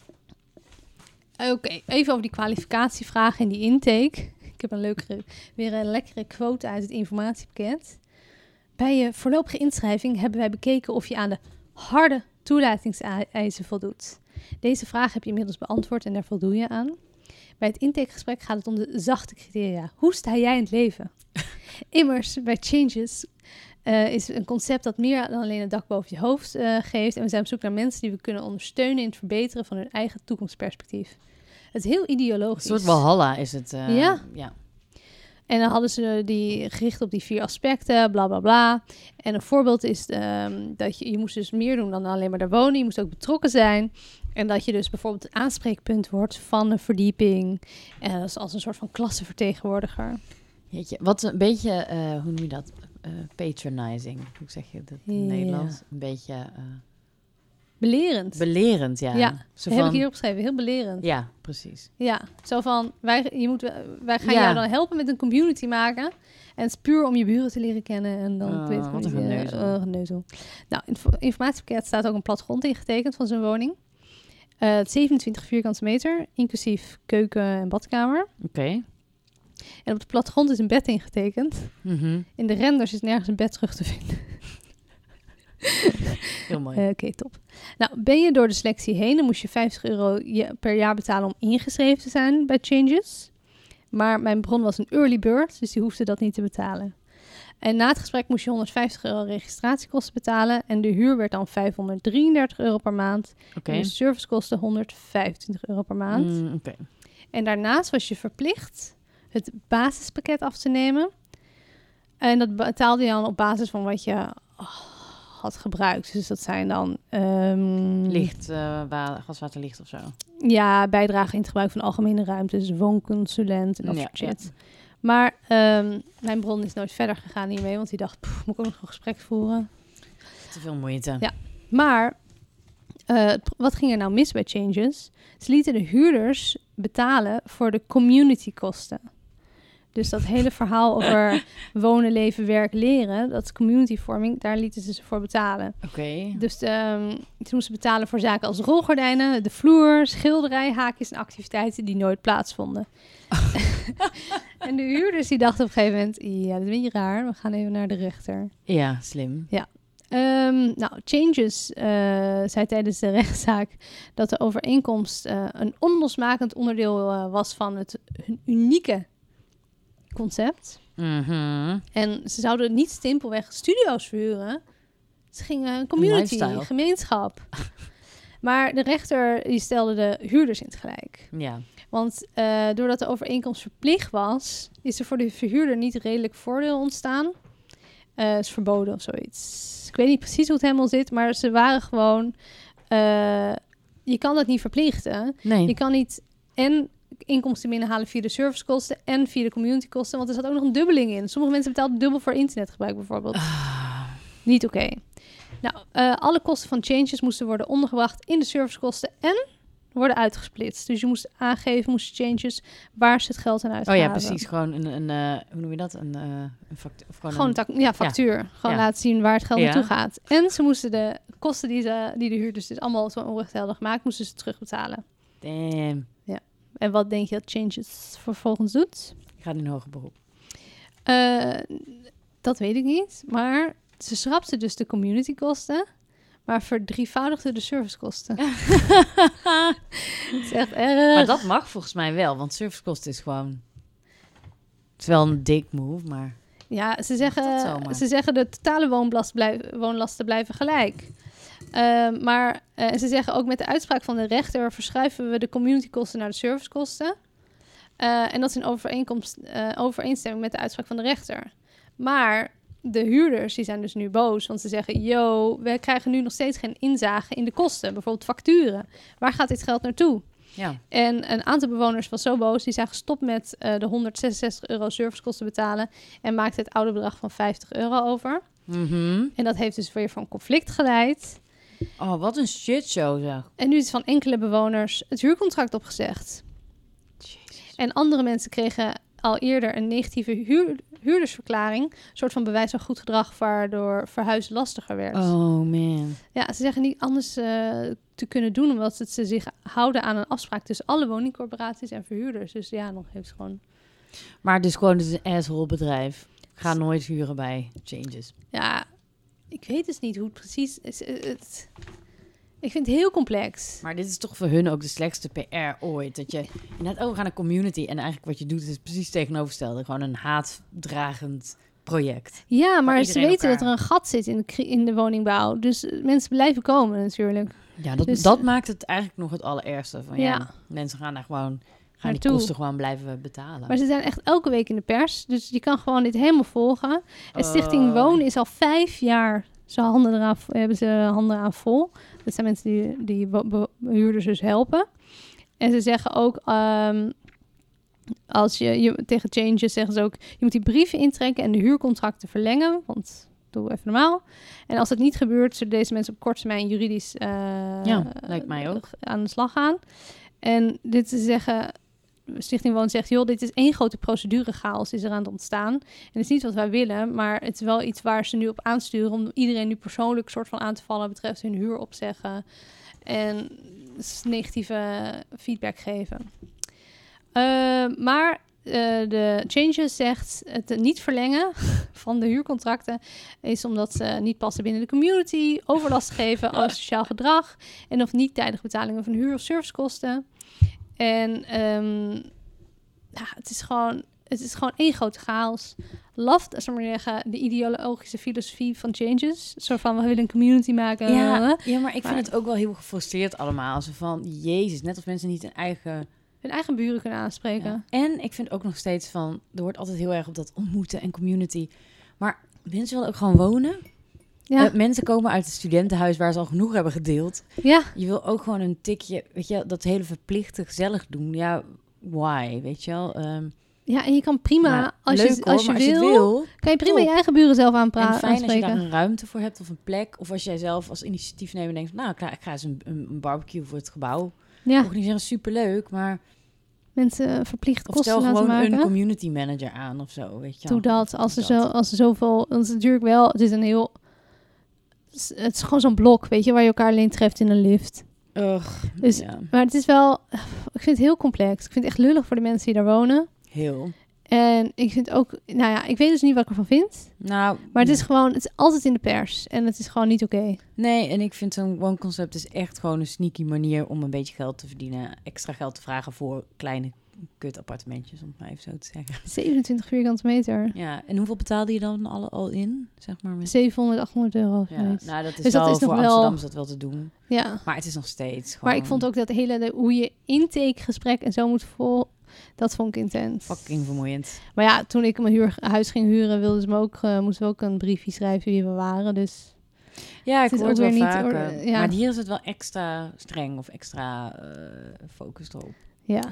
[SPEAKER 1] oké. Okay. Even over die kwalificatievragen en die intake. Ik heb een leukere, weer een lekkere quote uit het informatiepakket. Bij je voorlopige inschrijving hebben wij bekeken of je aan de harde toelatingseisen voldoet. Deze vraag heb je inmiddels beantwoord en daar voldoe je aan. Bij het intakegesprek gaat het om de zachte criteria. Hoe sta jij in het leven? Immers, bij Changes uh, is een concept dat meer dan alleen een dak boven je hoofd uh, geeft. En we zijn op zoek naar mensen die we kunnen ondersteunen in het verbeteren van hun eigen toekomstperspectief. Het is heel ideologisch.
[SPEAKER 2] Een soort Walhalla is het. Uh,
[SPEAKER 1] ja.
[SPEAKER 2] ja.
[SPEAKER 1] En dan hadden ze die gericht op die vier aspecten, bla bla bla. En een voorbeeld is um, dat je, je moest dus meer doen dan alleen maar daar wonen. Je moest ook betrokken zijn. En dat je dus bijvoorbeeld het aanspreekpunt wordt van een verdieping. En dat is als een soort van klassenvertegenwoordiger.
[SPEAKER 2] Jeetje, wat een beetje, uh, hoe noem je dat? Uh, patronizing. Hoe zeg je dat in
[SPEAKER 1] ja.
[SPEAKER 2] Nederlands? Een beetje... Uh,
[SPEAKER 1] belerend.
[SPEAKER 2] Belerend, ja.
[SPEAKER 1] Ja,
[SPEAKER 2] zo
[SPEAKER 1] dat
[SPEAKER 2] van,
[SPEAKER 1] heb ik hier opgeschreven. Heel belerend.
[SPEAKER 2] Ja, precies.
[SPEAKER 1] Ja, zo van, wij, je moet, wij gaan
[SPEAKER 2] ja.
[SPEAKER 1] jou dan helpen met een community maken. En het is puur om je buren te leren kennen. En dan
[SPEAKER 2] Oh,
[SPEAKER 1] weet ik
[SPEAKER 2] wat een
[SPEAKER 1] niet,
[SPEAKER 2] geneuzel.
[SPEAKER 1] Uh, geneuzel. Nou, in het informatiepakket staat ook een plattegrond ingetekend van zijn woning. Uh, zevenentwintig vierkante meter, inclusief keuken en badkamer.
[SPEAKER 2] Oké. Okay.
[SPEAKER 1] En op de plattegrond is een bed ingetekend.
[SPEAKER 2] Mm-hmm.
[SPEAKER 1] In de renders is nergens een bed terug te vinden.
[SPEAKER 2] Heel mooi.
[SPEAKER 1] Uh, Oké, okay, top. Nou, ben je door de selectie heen, dan moest je vijftig euro per jaar betalen om ingeschreven te zijn bij Changes. Maar mijn bron was een early bird, dus die hoefde dat niet te betalen. En na het gesprek moest je honderdvijftig euro registratiekosten betalen. En de huur werd dan vijfhonderddrieëndertig euro per maand.
[SPEAKER 2] Okay.
[SPEAKER 1] En de servicekosten honderdvijfentwintig euro per maand.
[SPEAKER 2] Mm, okay.
[SPEAKER 1] En daarnaast was je verplicht het basispakket af te nemen. En dat betaalde je dan op basis van wat je oh, had gebruikt. Dus dat zijn dan... Um,
[SPEAKER 2] licht, uh, wa- gaswaterlicht of zo.
[SPEAKER 1] Ja, bijdrage in het gebruik van algemene ruimtes, woonconsulent en dat
[SPEAKER 2] ja,
[SPEAKER 1] soort shit.
[SPEAKER 2] Ja.
[SPEAKER 1] Maar um, mijn bron is nooit verder gegaan hiermee, want die dacht, poeh, moet ik ook nog een gesprek voeren?
[SPEAKER 2] Te veel moeite.
[SPEAKER 1] Ja, maar uh, wat ging er nou mis bij Changes? Ze lieten de huurders betalen voor de communitykosten. Dus dat hele verhaal over wonen, leven, werk, leren, dat communityvorming, daar lieten ze ze voor betalen.
[SPEAKER 2] Oké. Okay.
[SPEAKER 1] Dus um, ze moesten betalen voor zaken als rolgordijnen, de vloer, schilderij, haakjes en activiteiten die nooit plaatsvonden. En de huurders die dachten op een gegeven moment, ja, dat is een beetje raar, we gaan even naar de rechter.
[SPEAKER 2] Ja, slim.
[SPEAKER 1] Ja. Um, nou, Changes uh, zei tijdens de rechtszaak dat de overeenkomst uh, een onlosmakend onderdeel uh, was van het hun unieke concept.
[SPEAKER 2] Mm-hmm.
[SPEAKER 1] En ze zouden niet simpelweg studio's verhuren. Ze gingen een community, een gemeenschap. Maar de rechter die stelde de huurders in het gelijk.
[SPEAKER 2] Ja.
[SPEAKER 1] Want uh, doordat de overeenkomst verplicht was, is er voor de verhuurder niet redelijk voordeel ontstaan. Uh, is verboden of zoiets. Ik weet niet precies hoe het helemaal zit, maar ze waren gewoon... Uh, je kan dat niet verplichten.
[SPEAKER 2] Nee.
[SPEAKER 1] Je kan niet en inkomsten binnenhalen via de servicekosten en via de communitykosten, want er zat ook nog een dubbeling in. Sommige mensen betalen dubbel voor internetgebruik bijvoorbeeld.
[SPEAKER 2] Ah.
[SPEAKER 1] Niet oké. Okay. Nou, uh, alle kosten van Changes moesten worden ondergebracht in de servicekosten en worden uitgesplitst. Dus je moest aangeven, moest changes waar ze het geld aan
[SPEAKER 2] Oh
[SPEAKER 1] uitgaven.
[SPEAKER 2] ja, precies. Gewoon een, een uh, hoe noem je dat? Een, uh, een factuur. Of gewoon
[SPEAKER 1] gewoon
[SPEAKER 2] een...
[SPEAKER 1] ta- ja, factuur. Ja. Gewoon
[SPEAKER 2] ja.
[SPEAKER 1] laten zien waar het geld
[SPEAKER 2] ja.
[SPEAKER 1] naartoe gaat. En ze moesten de kosten die, ze, die de huurders dus allemaal zo onrechtvaardig hadden gemaakt, moesten ze terugbetalen.
[SPEAKER 2] Damn.
[SPEAKER 1] Ja. En wat denk je dat Changes vervolgens doet?
[SPEAKER 2] Ik ga in een hoger beroep.
[SPEAKER 1] Uh, dat weet ik niet. Maar ze schrapte dus de communitykosten, maar verdrievoudigde de servicekosten. Het is echt erg.
[SPEAKER 2] Maar dat mag volgens mij wel, want servicekosten is gewoon... Het is wel een dik move, maar...
[SPEAKER 1] Ja, ze zeggen, ze zeggen de totale woonlast blijf, woonlasten blijven gelijk. Uh, maar uh, ze zeggen ook met de uitspraak van de rechter verschuiven we de communitykosten naar de servicekosten. Uh, en dat is in overeenkomst, uh, overeenstemming met de uitspraak van de rechter. Maar de huurders die zijn dus nu boos, want ze zeggen... yo, we krijgen nu nog steeds geen inzage in de kosten. Bijvoorbeeld facturen. Waar gaat dit geld naartoe?
[SPEAKER 2] Ja.
[SPEAKER 1] En een aantal bewoners was zo boos, die zijn gestopt met uh, de honderdzesenzestig euro servicekosten betalen en maakte het oude bedrag van vijftig euro over.
[SPEAKER 2] Mm-hmm.
[SPEAKER 1] En dat heeft dus weer van conflict geleid.
[SPEAKER 2] Oh, wat een shitshow zeg.
[SPEAKER 1] En nu is van enkele bewoners het huurcontract opgezegd. Jezus. En andere mensen kregen al eerder een negatieve huur, huurdersverklaring, een soort van bewijs van goed gedrag waardoor verhuizen lastiger werd.
[SPEAKER 2] Oh man.
[SPEAKER 1] Ja, ze zeggen niet anders uh, te kunnen doen, omdat het ze zich houden aan een afspraak tussen alle woningcorporaties en verhuurders. Dus ja, nog heeft gewoon.
[SPEAKER 2] Maar dus gewoon, het is een asshole bedrijf. Ga nooit huren bij Changes.
[SPEAKER 1] Ja, ik weet dus niet hoe het precies is. Het, het, ik vind het heel complex.
[SPEAKER 2] Maar dit is toch voor hun ook de slechtste P R ooit. Dat je inderdaad overgaat naar community en eigenlijk wat je doet is precies tegenovergestelde. Gewoon een haatdragend project.
[SPEAKER 1] Ja, maar ze weten
[SPEAKER 2] elkaar...
[SPEAKER 1] dat er een gat zit in de, in de woningbouw. Dus mensen blijven komen natuurlijk.
[SPEAKER 2] Ja, dat,
[SPEAKER 1] dus,
[SPEAKER 2] dat maakt het eigenlijk nog het allerergste. Van, ja. ja, mensen gaan daar gewoon... Gaan die
[SPEAKER 1] naartoe.
[SPEAKER 2] kosten gewoon blijven betalen.
[SPEAKER 1] Maar ze zijn echt elke week in de pers. Dus je kan gewoon dit helemaal volgen. En Stichting uh. Wonen is al vijf jaar... Ze handen eraan, hebben ze handen aan vol. Dat zijn mensen die, die huurders dus helpen. En ze zeggen ook... Um, als je, je tegen Changes zeggen ze ook... Je moet die brieven intrekken en de huurcontracten verlengen. Want doe even normaal. En als dat niet gebeurt... zullen deze mensen op korte termijn juridisch... Uh,
[SPEAKER 2] ja, lijkt mij ook.
[SPEAKER 1] Aan de slag gaan. En dit te zeggen... Stichting Woon zegt, joh, dit is één grote procedurechaos is er aan het ontstaan. En het is niet wat wij willen, maar het is wel iets waar ze nu op aansturen... om iedereen nu persoonlijk soort van aan te vallen... betreft hun huur opzeggen en negatieve feedback geven. Uh, maar uh, de Changes zegt het niet verlengen van de huurcontracten... is omdat ze niet passen binnen de community... overlast geven als sociaal gedrag... en of niet tijdig betalingen van huur- of servicekosten... En um, ja, het is gewoon, het is gewoon één grote chaos. Laft, als we maar zeggen, de ideologische filosofie van Changes. Zo van, we willen een community maken.
[SPEAKER 2] Ja, ja maar ik maar, vind het ook wel heel gefrustreerd allemaal. Zo van, jezus, net als mensen niet hun eigen...
[SPEAKER 1] hun eigen buren kunnen aanspreken.
[SPEAKER 2] Ja. En ik vind ook nog steeds van, er wordt altijd heel erg op dat ontmoeten en community. Maar mensen willen ook gewoon wonen. Ja. Uh, mensen komen uit het studentenhuis waar ze al genoeg hebben gedeeld.
[SPEAKER 1] Ja.
[SPEAKER 2] Je wil ook gewoon een tikje, weet je, dat hele verplichte gezellig doen. Ja, why, weet je wel? Um,
[SPEAKER 1] ja, en je kan prima,
[SPEAKER 2] nou,
[SPEAKER 1] als,
[SPEAKER 2] leuk,
[SPEAKER 1] je, als,
[SPEAKER 2] hoor,
[SPEAKER 1] je, wil,
[SPEAKER 2] als je het wil,
[SPEAKER 1] kan je prima
[SPEAKER 2] top.
[SPEAKER 1] je eigen buren zelf aanpraten.
[SPEAKER 2] En fijn
[SPEAKER 1] aanspreken.
[SPEAKER 2] als je daar een ruimte voor hebt of een plek. Of als jij zelf als initiatiefnemer denkt, nou, ik ga, ik ga eens een, een barbecue voor het gebouw.
[SPEAKER 1] Ja.
[SPEAKER 2] Organiseren, superleuk, maar...
[SPEAKER 1] Mensen verplicht
[SPEAKER 2] of
[SPEAKER 1] kosten
[SPEAKER 2] stel
[SPEAKER 1] laten
[SPEAKER 2] gewoon
[SPEAKER 1] maken.
[SPEAKER 2] een community manager aan of zo, weet je
[SPEAKER 1] Doe dat, als er, zo, als er zoveel... Want het is natuurlijk wel, het is een heel... Het is gewoon zo'n blok, weet je, waar je elkaar alleen treft in een lift.
[SPEAKER 2] Ugh,
[SPEAKER 1] dus,
[SPEAKER 2] ja.
[SPEAKER 1] Maar het is wel... Ik vind het heel complex. Ik vind het echt lullig voor de mensen die daar wonen.
[SPEAKER 2] Heel.
[SPEAKER 1] En ik vind ook... Nou ja, ik weet dus niet wat ik ervan vind.
[SPEAKER 2] Nou,
[SPEAKER 1] maar het
[SPEAKER 2] nee.
[SPEAKER 1] is gewoon... Het is altijd in de pers. En het is gewoon niet oké. Okay.
[SPEAKER 2] Nee, en ik vind zo'n woonconcept is echt gewoon een sneaky manier om een beetje geld te verdienen. Extra geld te vragen voor kleine kut appartementjes, om het maar even zo te zeggen.
[SPEAKER 1] zevenentwintig vierkante meter.
[SPEAKER 2] Ja, en hoeveel betaalde je dan alle al in, zeg maar? Met...
[SPEAKER 1] zevenhonderd, achthonderd euro.
[SPEAKER 2] Ja, nou, dat is
[SPEAKER 1] dus
[SPEAKER 2] wel
[SPEAKER 1] dat is
[SPEAKER 2] voor
[SPEAKER 1] nog
[SPEAKER 2] Amsterdam
[SPEAKER 1] wel...
[SPEAKER 2] is dat wel te doen.
[SPEAKER 1] Ja.
[SPEAKER 2] Maar het is nog steeds gewoon...
[SPEAKER 1] Maar ik vond ook dat hele... De, hoe je intakegesprek en zo moet vol... Dat vond ik intens.
[SPEAKER 2] Fucking vermoeiend.
[SPEAKER 1] Maar ja, toen ik mijn huur, huis ging huren, wilden ze me ook, uh, moesten we ook een briefje schrijven wie we waren. Dus
[SPEAKER 2] ja, ik hoor het wel vaker.
[SPEAKER 1] Niet, ja.
[SPEAKER 2] Maar hier is het wel extra streng of extra uh, focus erop.
[SPEAKER 1] Ja.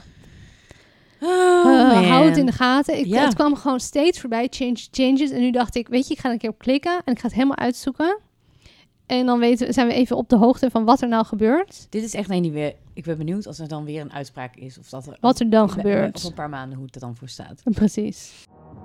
[SPEAKER 2] Oh,
[SPEAKER 1] uh, hou het in de gaten. Ik,
[SPEAKER 2] ja.
[SPEAKER 1] Het kwam gewoon steeds voorbij, change, changes. En nu dacht ik, weet je, ik ga er een keer op klikken en ik ga het helemaal uitzoeken. En dan weten, zijn we even op de hoogte van wat er nou gebeurt.
[SPEAKER 2] Dit is echt een die weer... Ik ben benieuwd als er dan weer een uitspraak is. Of dat er,
[SPEAKER 1] Wat er dan
[SPEAKER 2] of,
[SPEAKER 1] gebeurt.
[SPEAKER 2] Of een paar maanden hoe het er dan voor staat.
[SPEAKER 1] Precies.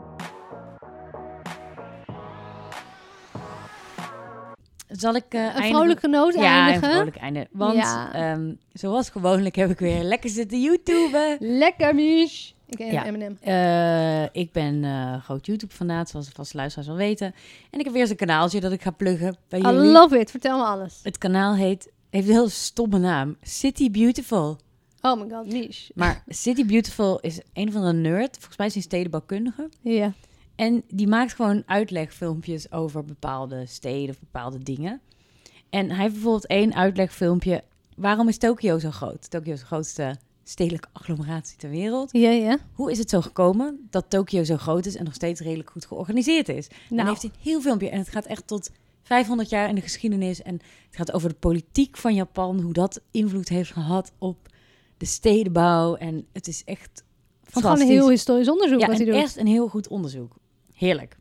[SPEAKER 2] Zal ik uh,
[SPEAKER 1] Een
[SPEAKER 2] eindigen?
[SPEAKER 1] vrolijke noot
[SPEAKER 2] ja,
[SPEAKER 1] eindigen?
[SPEAKER 2] een vrolijk einde. Want
[SPEAKER 1] Ja.
[SPEAKER 2] um, zoals gewoonlijk heb ik weer lekker zitten YouTuben.
[SPEAKER 1] Lekker, Mich. Ik ken
[SPEAKER 2] Ja.
[SPEAKER 1] M en M.
[SPEAKER 2] Uh, ik ben uh, groot YouTube-fanaat, zoals de vaste luisteraars al weten. En ik heb weer eens een kanaaltje dat ik ga pluggen bij
[SPEAKER 1] I
[SPEAKER 2] jullie.
[SPEAKER 1] love it. Vertel me alles.
[SPEAKER 2] Het kanaal heet, heeft een heel stomme naam. City Beautiful.
[SPEAKER 1] Oh my god, Mich.
[SPEAKER 2] Maar City Beautiful is een van de nerd. Volgens mij is hij stedenbouwkundige.
[SPEAKER 1] Ja.
[SPEAKER 2] En die maakt gewoon uitlegfilmpjes over bepaalde steden of bepaalde dingen. En hij heeft bijvoorbeeld één uitlegfilmpje. Waarom is Tokio zo groot? Tokio is de grootste stedelijke agglomeratie ter wereld.
[SPEAKER 1] Ja, ja.
[SPEAKER 2] Hoe is het zo gekomen dat Tokio zo groot is en nog steeds redelijk goed georganiseerd is?
[SPEAKER 1] Nou.
[SPEAKER 2] En heeft hij een heel filmpje en het gaat echt tot vijfhonderd jaar in de geschiedenis. En het gaat over de politiek van Japan, hoe dat invloed heeft gehad op de stedenbouw. En het is echt
[SPEAKER 1] Het is gewoon
[SPEAKER 2] fantastisch.
[SPEAKER 1] een heel historisch onderzoek
[SPEAKER 2] Ja,
[SPEAKER 1] wat hij
[SPEAKER 2] en
[SPEAKER 1] doet.
[SPEAKER 2] echt een heel goed onderzoek. Heerlijk.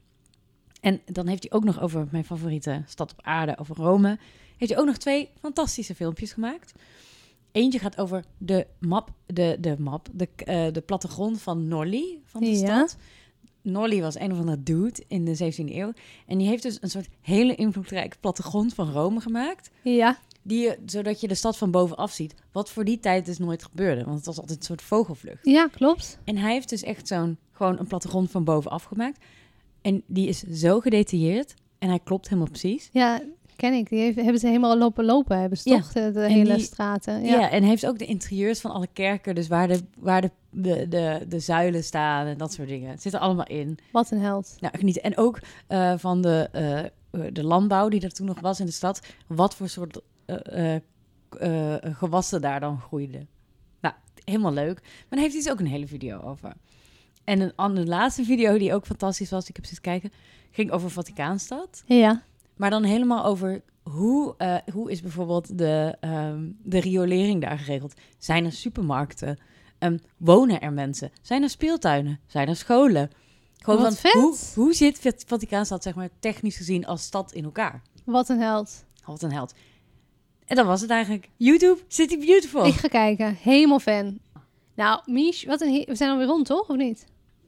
[SPEAKER 2] En dan heeft hij ook nog over mijn favoriete stad op aarde, over Rome. Heeft hij ook nog twee fantastische filmpjes gemaakt. Eentje gaat over de map, de, de map, de, uh, de plattegrond van Norli, van de
[SPEAKER 1] Ja.
[SPEAKER 2] stad. Norli was een of andere dude in de zeventiende eeuw. En die heeft dus een soort hele invloedrijke plattegrond van Rome gemaakt.
[SPEAKER 1] Ja.
[SPEAKER 2] Die je, zodat je de stad van bovenaf ziet. Wat voor die tijd dus nooit gebeurde. Want het was altijd een soort vogelvlucht.
[SPEAKER 1] Ja, klopt.
[SPEAKER 2] En hij heeft dus echt zo'n, gewoon een plattegrond van bovenaf gemaakt. En die is zo gedetailleerd. En hij klopt helemaal precies.
[SPEAKER 1] Ja, ken ik. Die heeft, hebben ze helemaal lopen lopen. Hebben ze
[SPEAKER 2] Ja.
[SPEAKER 1] toch de, de
[SPEAKER 2] En
[SPEAKER 1] hele
[SPEAKER 2] die-
[SPEAKER 1] straten.
[SPEAKER 2] Ja.
[SPEAKER 1] Ja.
[SPEAKER 2] en hij heeft ook de interieurs van alle kerken. Dus waar de, waar de, de, de, de zuilen staan en dat soort dingen. Het zit er allemaal in.
[SPEAKER 1] Wat een held.
[SPEAKER 2] Nou, genieten. En ook uh, van de, uh, de landbouw die er toen nog was in de stad. Wat voor soort uh, uh, uh, gewassen daar dan groeiden. Nou, helemaal leuk. Maar daar heeft hij dus ook een hele video over. En een andere laatste video die ook fantastisch was, ik heb zitten kijken, ging over Vaticaanstad.
[SPEAKER 1] Ja.
[SPEAKER 2] Maar dan helemaal over hoe, uh, hoe is bijvoorbeeld de, um, de riolering daar geregeld? Zijn er supermarkten? Um, wonen er mensen? Zijn er speeltuinen? Zijn er scholen? Gewoon
[SPEAKER 1] Wat
[SPEAKER 2] van,
[SPEAKER 1] vet.
[SPEAKER 2] Hoe, hoe zit Vaticaanstad, zeg maar, technisch gezien als stad in elkaar?
[SPEAKER 1] Wat een held.
[SPEAKER 2] Wat een held. En dat was het eigenlijk. YouTube, City Beautiful.
[SPEAKER 1] Ik ga kijken. Helemaal fan. Nou, Mich, wat een he- we zijn alweer rond, toch? Of niet?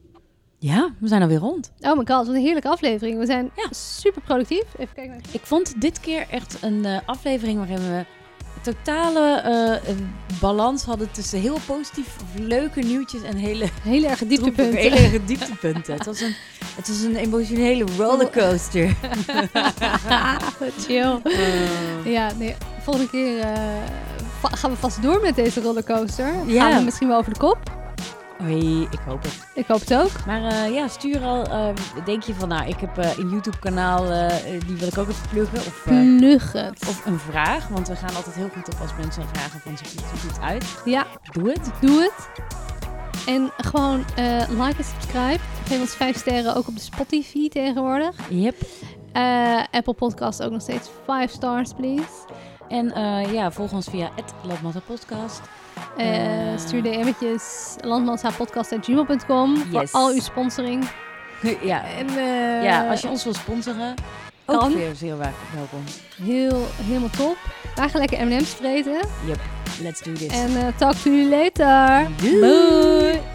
[SPEAKER 2] Ja, we zijn alweer rond.
[SPEAKER 1] Oh my god, wat een heerlijke aflevering. We zijn
[SPEAKER 2] Ja.
[SPEAKER 1] super productief. Even kijken. Naar...
[SPEAKER 2] Ik vond dit keer echt een uh, aflevering waarin we totale uh, balans hadden tussen heel positief leuke nieuwtjes en hele
[SPEAKER 1] Hele erg dieptepunten.
[SPEAKER 2] hele erge dieptepunten. Het was een, het was een emotionele rollercoaster.
[SPEAKER 1] Chill.
[SPEAKER 2] Uh,
[SPEAKER 1] Ja, nee, volgende keer uh, va- gaan we vast door met deze rollercoaster.
[SPEAKER 2] Ja.
[SPEAKER 1] Gaan we misschien wel over de kop.
[SPEAKER 2] Oei, ik hoop het.
[SPEAKER 1] Ik hoop het ook.
[SPEAKER 2] Maar uh, ja, stuur al. Uh, denk je van, nou, ik heb uh, een YouTube-kanaal, uh, die wil ik ook even pluggen. Of, uh,
[SPEAKER 1] Plug het.
[SPEAKER 2] of een vraag, want we gaan altijd heel goed op als mensen vragen van, ziet het goed uit?
[SPEAKER 1] Ja,
[SPEAKER 2] Doe het.
[SPEAKER 1] doe het. En gewoon uh, like en subscribe. Geef ons vijf sterren, ook op de Spotify tegenwoordig.
[SPEAKER 2] Yep.
[SPEAKER 1] Uh, Apple Podcast ook nog steeds vijf stars, please.
[SPEAKER 2] En uh, ja, volg ons via het Landmassa Podcast.
[SPEAKER 1] Uh,
[SPEAKER 2] Uh,
[SPEAKER 1] stuur D M'tjes landmassapodcast at gmail dot com voor
[SPEAKER 2] Yes.
[SPEAKER 1] al uw sponsoring.
[SPEAKER 2] Ja.
[SPEAKER 1] En, uh,
[SPEAKER 2] ja, als je ons wil sponsoren, ook
[SPEAKER 1] kan.
[SPEAKER 2] weer zeer wel- welkom.
[SPEAKER 1] Heel, helemaal top. Wij gaan lekker M en M's vreten.
[SPEAKER 2] Yep, let's do this.
[SPEAKER 1] En uh, talk to you later.
[SPEAKER 2] Doei.
[SPEAKER 1] Bye.